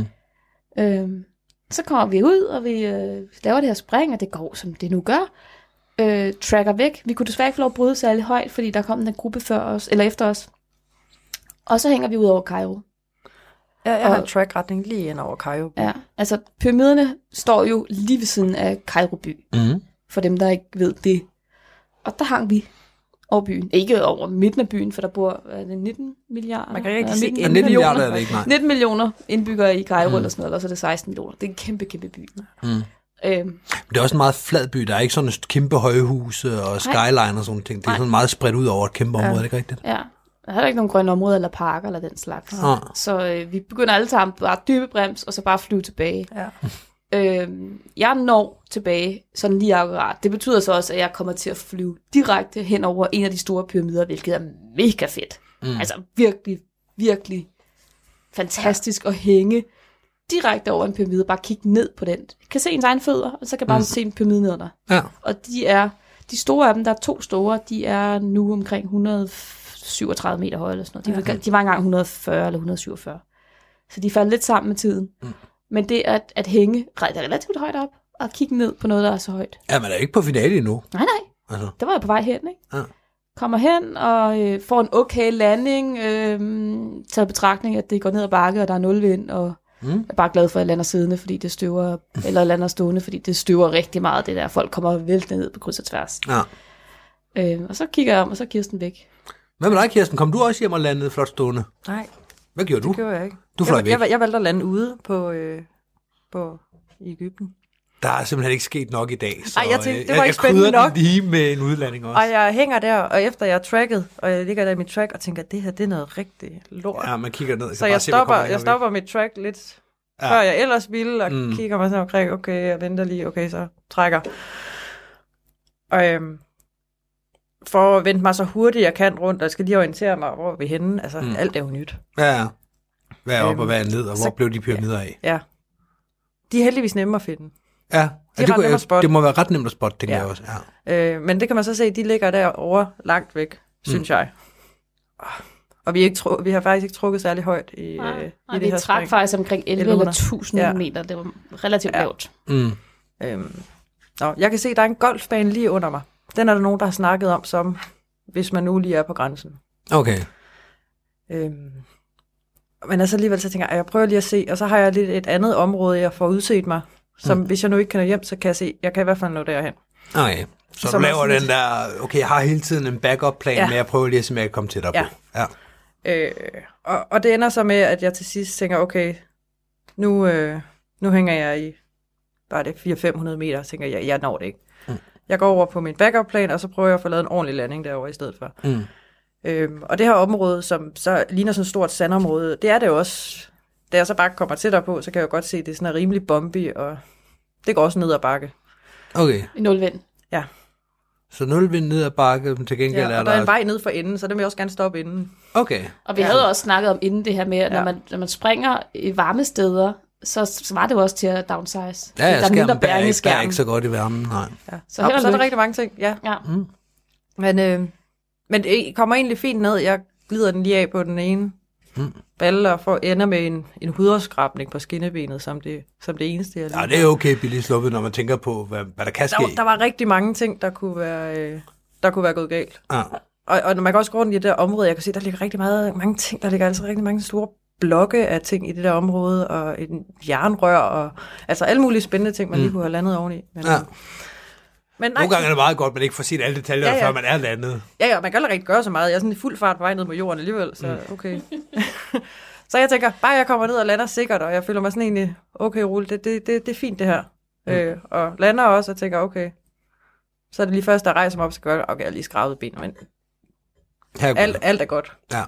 Så kommer vi ud, og vi laver det her spring, og det går, som det nu gør. Tracker væk. Vi kunne desværre ikke få lov at bryde særlig højt, fordi der kom en gruppe før os, eller efter os. Og så hænger vi ud over Cairo. Ja, jeg har trackretning lige ind over Cairo. Ja, altså pyramiderne står jo lige ved siden af Cairo by. For dem, der ikke ved det. Og der hang vi over byen. Ikke over midten af byen, for der bor 19 milliarder. Man kan ikke se 19 milliarder er det ikke, nej. 19 millioner indbyggere i Cairo eller sådan noget, og så er det 16 millioner. Det er en kæmpe by. Det er også en meget flad by. Der er ikke sådan et kæmpe højhuse og skyline og sådan ting. Det er sådan meget spredt ud over et kæmpe område, er det ikke rigtigt? Ja. Der er ikke nogen grønne områder eller parker eller den slags. Så vi begynder alle sammen bare dybe brems, og så bare flyve tilbage. Ja. Jeg når tilbage sådan lige akkurat. Det betyder så også, at jeg kommer til at flyve direkte hen over en af de store pyramider, hvilket er mega fedt. Altså virkelig fantastisk at hænge direkte over en pyramide, bare kigge ned på den. Jeg kan se ens egen fødder, og så kan jeg bare se en pyramide ned der. Ja. Og de store af dem, der er 2 store, de er nu omkring 137 meter høje eller sådan noget. De var engang 140 eller 147. Så de faldt lidt sammen med tiden. Men det at hænge relativt højt op, og kigge ned på noget, der er så højt. Ja, men er ikke på finale endnu. Nej. Altså. Der var jeg på vej hen, ikke? Ja. Kommer hen og får en okay landing, taget betragtning, at det går ned ad bakke, og der er 0 vind, og jeg er bare glad for, at jeg lander siddende, fordi det støver, eller lander stående, fordi det støver rigtig meget, det der. Folk kommer væltende ned på kryds og tværs. Ja. Og så kigger jeg om, og så er Kirsten væk. Hvad med dig, Kirsten? Kom du også hjem og landede flot stående? Nej. Hvad gjorde du? Det gjorde jeg ikke. Du fløj væk. Jeg valgte at lande ude i Egypten. Der er simpelthen ikke sket nok i dag, så jeg tænkte, det var ikke spændende nok. Jeg lige med en udlanding også. Og jeg hænger der, og efter jeg er tracket, og jeg ligger der i mit track, og tænker, det her, det er noget rigtig lort. Ja, man kigger ned. Så jeg stopper mit track lidt, før jeg ellers ville, og kigger mig sådan omkring, okay, jeg venter lige, okay, så trækker. Og for at vente mig så hurtigt, jeg kan rundt, og jeg skal lige orientere mig, hvor vi er henne. Altså, alt er jo nyt. Ja. Hvad er op og hvad er ned, og hvor blev de pyramider af? Ja. De er heldigvis nemme at finde. Ja, det må være ret nemt at spotte, tænker jeg også. Ja. Men det kan man så se, de ligger derovre langt væk, synes jeg. Og vi har faktisk ikke trukket særlig højt i det her spring. Vi trak faktisk omkring 11 eller 1000 meter. Det var relativt lavt. Jeg kan se, der er en golfbane lige under mig. Den er der nogen, der har snakket om, som hvis man nu lige er på grænsen. Okay. Men altså alligevel så tænker jeg prøver lige at se, og så har jeg lidt et andet område, jeg får udset mig, som hvis jeg nu ikke kan nå hjem, så kan jeg se, jeg kan i hvert fald nå derhen. Okay, så du laver den der, okay, jeg har hele tiden en backup-plan, men jeg prøver lige at se, om jeg kan komme tættere på. Ja. Og det ender så med, at jeg til sidst tænker, okay, nu hænger jeg i, bare det 400-500 meter, og tænker jeg når det ikke. Jeg går over på min backup-plan, og så prøver jeg at få lavet en ordentlig landing derovre i stedet for. Og det her område, som så ligner sådan et stort sandområde, det er det jo også. Da jeg så bare kommer tættere på, så kan jeg jo godt se, at det er sådan rimelig bumpy, og det går også ned ad bakke. Okay. 0 vind. Ja. Så 0 vind ned ad bakke, til gengæld og der er en vej ned for enden, så den vil jeg også gerne stoppe inden. Okay. Og vi havde også snakket om inden det her med, at når man springer i varme steder, så var det jo også til at downsize. Ja, der er mindre bæring i skærmen. skærmen. Er ikke så godt i varmen, nej. Ja. Så er der rigtig mange ting, ja. Men det kommer egentlig fint ned. Jeg glider den lige af på den ene balle, og ender med en huderskrabning på skinnebenet, som det eneste. Ja, det er okay billigt sluppet, når man tænker på, hvad der kan ske. Der var rigtig mange ting, der kunne være gået galt. Ja. Og når man går også rundt i det der område, jeg kan se, der ligger rigtig mange ting. Der ligger altså rigtig mange store blokke af ting i det der område, og en jernrør, og altså alle mulige spændende ting, man lige kunne have landet oveni. Men nogle gange er det meget godt, man ikke får set alle detaljer, før man er landet. Ja, man kan aldrig rigtig gøre så meget. Jeg er sådan i fuld fart på vej ned på jorden alligevel, så okay. Så jeg tænker, bare jeg kommer ned og lander sikkert, og jeg føler mig sådan egentlig, okay, roligt, det er fint det her. Og lander også, og tænker, okay, så er det lige først, der rejser mig op, så gør okay, jeg har lige skravet benene, men alt er godt. Ja.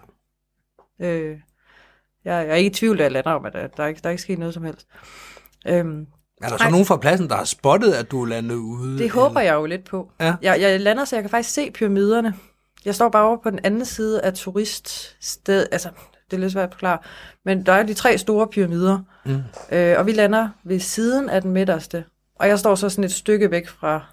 Jeg er ikke i tvivl, da jeg lander om, at der er ikke sket noget som helst. Er der så nogen fra pladsen, der har spottet, at du er landet ude? Det håber jeg jo lidt på. Ja. Jeg lander, så jeg kan faktisk se pyramiderne. Jeg står bare over på den anden side af turiststed. Altså, det er lidt svært at forklare. Men der er de 3 store pyramider. Og vi lander ved siden af den midterste. Og jeg står så sådan et stykke væk fra,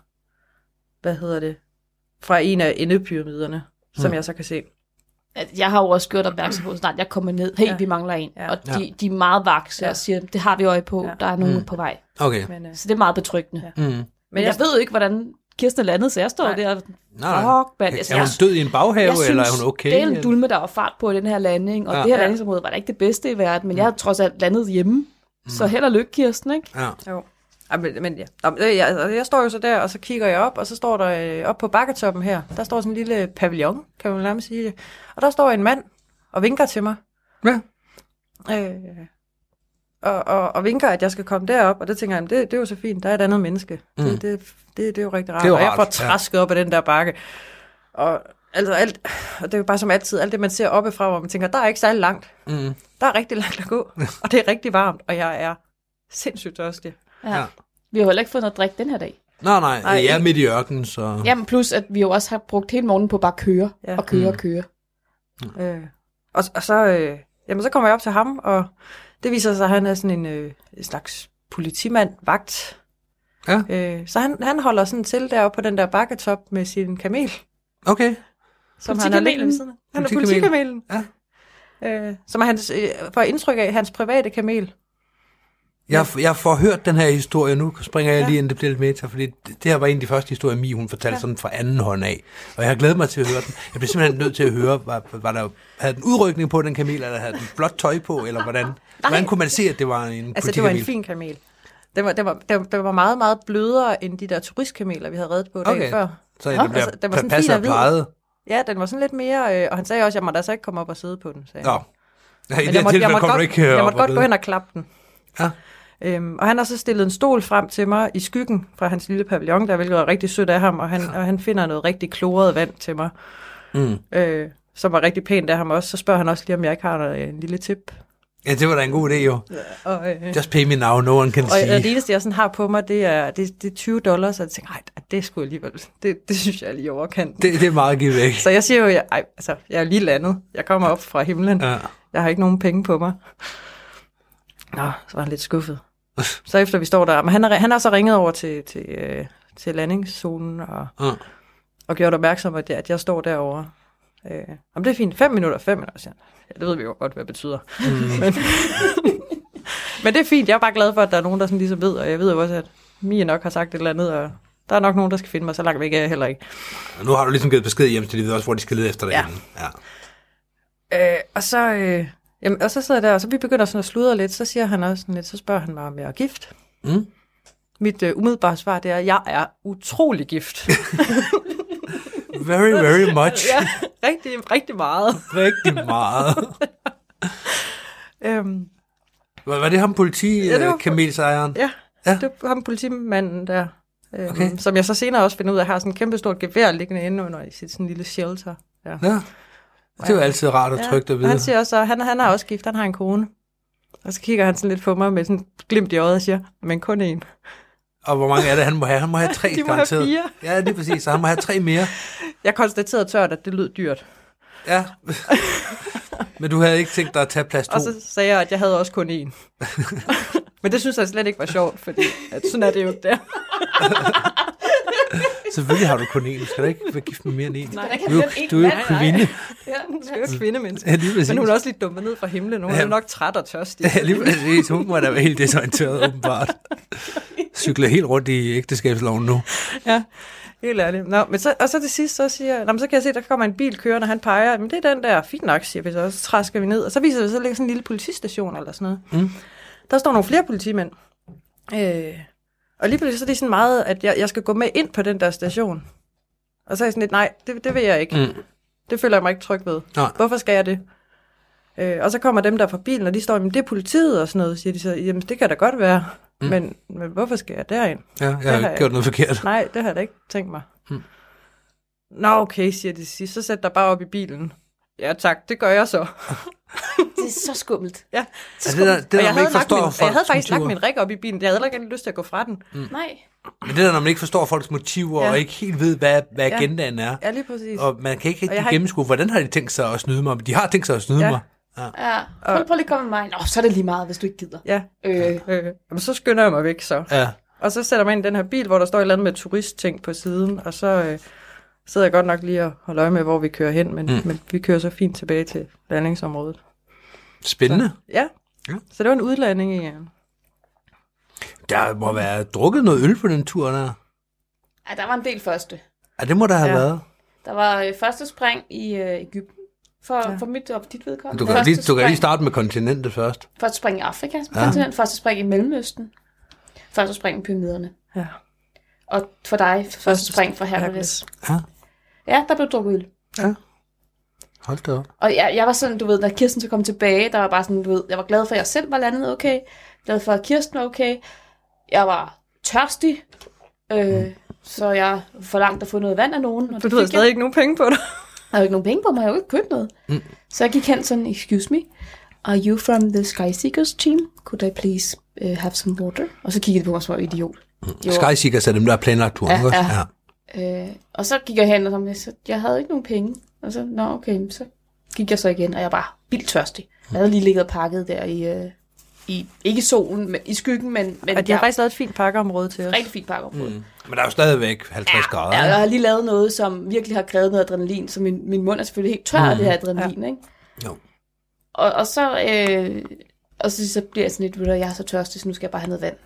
fra en af endepyramiderne, som jeg så kan se. Jeg har jo også gjort opmærksom på, snart jeg kommer ned. Hey, vi mangler en. Ja. Og de er meget vakse og siger, det har vi øje på. Der er nogen på vej. Okay. Så det er meget betryggende. Men jeg ved jo ikke, hvordan Kirsten er landet, så jeg står der. Er hun død i en baghave, eller er hun okay? Det er en dulme, der var fart på i den her landing. Og det her landingsområde var da ikke det bedste i verden. Men jeg har trods alt landet hjemme. Så held og lykke, Kirsten, ikke? Ja. Jo. Jeg står jo så der, og så kigger jeg op, og så står der op på bakketoppen her, der står sådan en lille pavillon, kan man nærmest sige det. Og der står en mand og vinker til mig. Ja. Og vinker, at jeg skal komme derop, og det tænker jeg, det er jo så fint, der er et andet menneske. Det er jo rigtig rart. Og jeg får trasket op af den der bakke. Og altså og det er jo bare som altid, alt det man ser oppefra, hvor man tænker, der er ikke særlig langt. Der er rigtig langt at gå, og det er rigtig varmt, og jeg er sindssygt tørstig. Ja. Vi har jo heller ikke fået noget drik den her dag. Nej, jeg er midt i ørkenen, så... Jamen plus, at vi jo også har brugt hele morgenen på bare at køre, og køre. Og så, så kommer jeg op til ham, og det viser sig, at han er sådan en slags politimand, vagt. Ja. Så han holder sådan til deroppe på den der bakketop med sin kamel. Okay. Som han har liggende ved siden af. Han er politikamelen. Ja. Som er hans, for indtryk af hans private kamel. Jeg får hørt den her historie, nu springer jeg lige ind, det bliver lidt meta, fordi det her var en af de første historier, hun fortalte sådan fra anden hånd af, og jeg har glædet mig til at høre den. Jeg blev simpelthen nødt til at høre, havde den udrykning på den kamel, eller havde den blot tøj på, eller hvordan kunne man se, at det var en politikamel? Altså, det var en fin kamel. Den var meget, meget blødere end de der turistkameler, vi havde reddet på dagen før. Så den bliver passet og plejet? Ja, den var sådan lidt mere, og han sagde også, at jeg måtte altså ikke komme op og sidde på den. Nå. Ja, jeg måtte godt gå hen og klappe den. Ja. Og han har så stillet en stol frem til mig i skyggen fra hans lille pavillon, der hvilket var rigtig sødt af ham, og han finder noget rigtig kloret vand til mig, som var rigtig pænt af ham også. Så spørger han også lige, om jeg ikke har en lille tip. Ja, det var da en god idé jo. Just pay me now, no one can see. Og det eneste, jeg sådan har på mig, det er $20, så jeg tænker, nej, det skulle alligevel, det synes jeg er lige overkant. Det er meget givet væk. Så jeg siger jo, jeg er lige landet. Jeg kommer op fra himlen. Ja. Jeg har ikke nogen penge på mig. Nå, så var han lidt skuffet. Så efter vi står der, men han har så ringet over til landingszonen og gjort opmærksom på, at jeg står derovre. Om det er fint, 5 minutter, siger han. Ja, det ved vi jo godt, hvad det betyder. Men det er fint, jeg er bare glad for, at der er nogen, der sådan ligesom ved, og jeg ved jo også, at Mia nok har sagt et eller andet, og der er nok nogen, der skal finde mig, så langt væk er jeg heller ikke. Og nu har du ligesom givet besked hjem, så de ved også, hvor de skal lede efter dig. Ja. Og så sidder jeg der, og så vi begynder sådan at sludre lidt, så siger han også sådan lidt, så spørger han mig, om jeg er gift. Mit umiddelbare svar, det er, at jeg er utrolig gift. Very, very much. Ja, rigtig meget. Rigtig meget. Var det ham kamelsejeren? Ja, det var ham politimanden der. Som jeg så senere også finder ud af, har sådan en kæmpe stort gevær liggende inde under i sit sådan lille shelter. Ja. Det er jo altid rart og trygt at vide. Og han siger også, at han er også gift, han har en kone. Og så kigger han sådan lidt på mig med sådan glimt i øjet og siger, men kun én. Og hvor mange er det, han må have? Han må have 3, de må garanteret. Have 4. Ja, det er præcis, så han må have 3 mere. Jeg konstaterede tørt, at det lød dyrt. Ja, men du havde ikke tænkt dig at tage plads 2? Og så sagde jeg, at jeg havde også kun 1. Men det synes jeg slet ikke var sjovt, fordi at sådan er det jo ikke der. Selvfølgelig har du kun en. Du skal da ikke være gift med mere end en. Nej, du er jo kvinde. Ja, hun skal jo ikke kvindemenneske. Ja, lige præcis. Men hun er også lidt dumpet ned fra himlen. Hun er nok træt og tørstig. Ja, lige præcis. Hun må da være helt desorienteret, åbenbart. Cykler helt rundt i ægteskabsloven nu. Ja, helt ærligt. Nå, men så, og så til sidst, så siger så kan jeg se, der kommer en bil kørende, og han peger, men det er den der, fint nok, siger vi så, og så træsker vi ned. Og så viser det, så ligger sådan en lille politistation eller sådan noget. Mm. Der står nogle flere politimænd. Og lige pludselig så er det sådan meget, at jeg skal gå med ind på den der station. Og så er jeg sådan lidt, nej, det vil jeg ikke. Mm. Det føler jeg mig ikke tryg ved. Nej. Hvorfor skal jeg det? Og så kommer dem der fra bilen, og de står, men det er politiet og sådan noget, siger de så, jamen det kan da godt være. Mm. Men hvorfor skal jeg derind? Ja, jeg har gjort noget forkert. Nej, det har jeg da ikke tænkt mig. Mm. Nå, okay, siger de sidst. Så sæt dig bare op i bilen. Ja tak, det gør jeg så. Det er så skummelt. Ja, så skummelt. Jeg havde faktisk lagt min rig op i bilen. Jeg havde ikke lyst til at gå fra den. Mm. Nej. Men det der, når man ikke forstår folks motiver, og ikke helt ved, hvad agendaen er. Ja, lige præcis. Og man kan ikke rigtig gennemskue, hvordan har de tænkt sig at snyde mig? Men de har tænkt sig at snyde mig. Ja. Prøv lige at komme med mig. Nå, så er det lige meget, hvis du ikke gider. Ja. Men så skynder jeg mig væk så. Ja. Og så sætter man ind i den her bil, hvor der står et eller andet med turistting på siden, og så sidder jeg godt nok lige og holder øje med, hvor vi kører hen, men vi kører så fint tilbage til landingsområdet. Spændende. Så, ja, så det var en udlanding i. Der må være drukket noget øl på den tur der. Ja, der var en del første. Ja, det må der have været. Der var første spring i Egypten. For mit og dit vedkommende. Du kan lige starte med kontinentet først. Første spring i Afrika, kontinent. Første spring i Mellemøsten. Første spring i pyramiderne. Ja. Og for dig, første spring fra Hercules. Ja, der blev drukket øl. Ja. Hold da op. Og jeg var sådan, du ved, da Kirsten så kom tilbage, der var bare sådan, du ved, jeg var glad for, at jeg selv var landet okay. Glad for, at Kirsten var okay. Jeg var tørstig. Så jeg forlangte at få noget vand af nogen. Og du havde stadig ikke nogen penge på dig. Jeg havde ikke nogen penge på mig, jeg havde jo ikke købt noget. Mm. Så jeg gik hen sådan, excuse me, are you from the Skyseekers team? Could I please have some water? Og så kiggede de på mig som en idiot. Skyseekers er dem, der har planlagt turen, ikke? Ja. Og så gik jeg hen, og så jeg havde ikke nogen penge. Og så, okay, så gik jeg så igen, og jeg var vildt tørstig. Jeg havde lige ligget og pakket der i ikke i solen, men i skyggen, men og de har faktisk lavet et fint pakkeområde til os. Rigtig fint pakkeområde. Mm. Men der er jo stadigvæk 50 grader. Ja, jeg har lige lavet noget, som virkelig har krævet noget adrenalin, så min mund er selvfølgelig helt tør af det her adrenalin, ikke? Jo. Og så bliver jeg sådan lidt, jeg er så tørstig, så nu skal jeg bare have noget vand.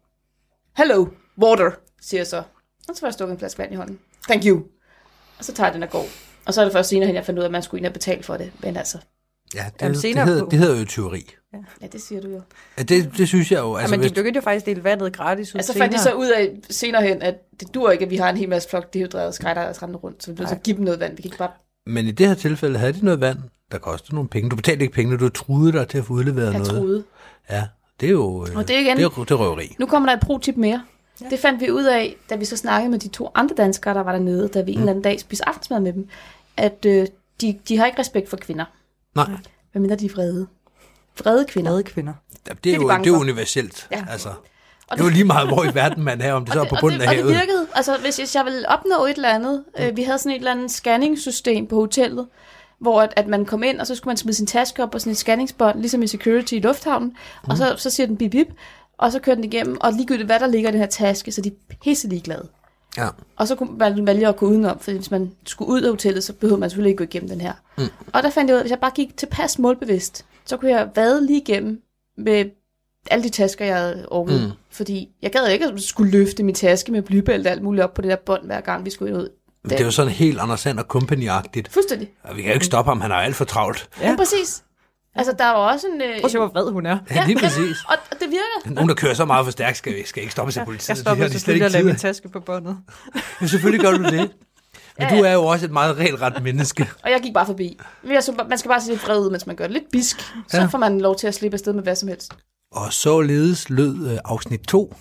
Hello, water, siger jeg så. Og så får jeg stukket en flaske vand i hånden. Thank you. Og så tager jeg den og går. Og så er det først senere hen, jeg fandt ud af, at man skulle ind og betale for det. Men altså... Ja, det hedder jo tyveri. Ja, det siger du jo. Ja, det synes jeg jo. Altså, men de begyndte jo faktisk dele vandet gratis ud senere. Fandt de så ud af senere hen, at det dur ikke, at vi har en hel masse flok dehydrerede skrætter og rende rundt. Så vi bliver så give dem noget vand. Vi kan ikke bare... Men i det her tilfælde havde de noget vand, der kostede nogle penge. Du betalte ikke penge, du truede dig til at få udleveret noget. Jeg truede. Ja, det er jo og det er igen, det er røveri. Nu kommer der et pro-tip mere. Ja. Det fandt vi ud af, da vi så snakkede med de 2 andre danskere, der var dernede, da vi en eller anden dag spiste aftensmad med dem, at de har ikke respekt for kvinder. Nej. Hvad mindre de er vrede. Vrede kvinder. Ja, det er jo universelt. Ja. Altså, det er jo lige meget, hvor i verden man er, om det så er på bunden af havet. Og det virkede. Altså, hvis jeg ville opnå et eller andet, vi havde sådan et eller andet scanningssystem på hotellet, hvor at man kom ind, og så skulle man smide sin taske op på sådan et scanningsbånd, ligesom i security i lufthavnen, og så siger den bip bip, og så kører den igennem, og ligegyldigt hvad der ligger i den her taske, så de er pisse ligeglade. Ja. Og så kunne man vælge at gå udenom, for hvis man skulle ud af hotellet, så behøvede man selvfølgelig ikke gå igennem den her. Og der fandt jeg ud af, at hvis jeg bare gik tilpas målbevidst, så kunne jeg vade lige igennem med alle de tasker, jeg havde overvejet. Fordi jeg gad ikke at skulle løfte min taske med blybælte og alt muligt op på det der bånd, hver gang vi skulle ud. Det er jo sådan helt Anders Sander Company-agtigt. Fuldstændig. Og vi kan jo ikke stoppe ham, han er alt for travlt. Ja, præcis. Altså, der er jo også en... Prøv at se, hvor vred hun er. Ja, lige præcis. Og det virker. Nogen, der kører så meget for stærkt, skal ikke stoppe sig politiet. Jeg stopper selvfølgelig at lade min taske på båndet. Ja, selvfølgelig gør du det. Men du er jo også et meget regelret menneske. Og jeg gik bare forbi. Man skal bare se lidt vred ud, mens man gør det lidt bisk. Så får man lov til at slippe afsted med hvad som helst. Og således lød afsnit 2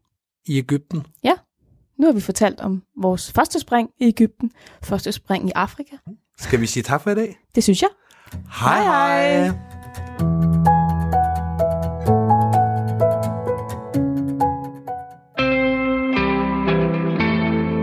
i Egypten. Ja. Nu har vi fortalt om vores første spring i Egypten. Første spring i Afrika. Skal vi sige tak for i dag? Det synes jeg. Hej hej.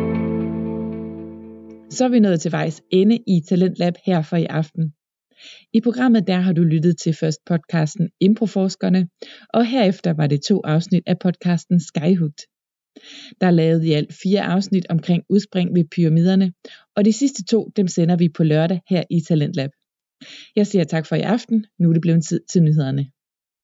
Så er vi nået til vejs ende i Talentlab her for i aften. I programmet der har du lyttet til først podcasten Improforskerne, og herefter var det 2 afsnit af podcasten Skyhugt. Der er lavet i alt 4 afsnit omkring udspring ved pyramiderne, og de sidste 2 dem sender vi på lørdag her i Talentlab. Jeg siger tak for i aften, nu er det blevet tid til nyhederne.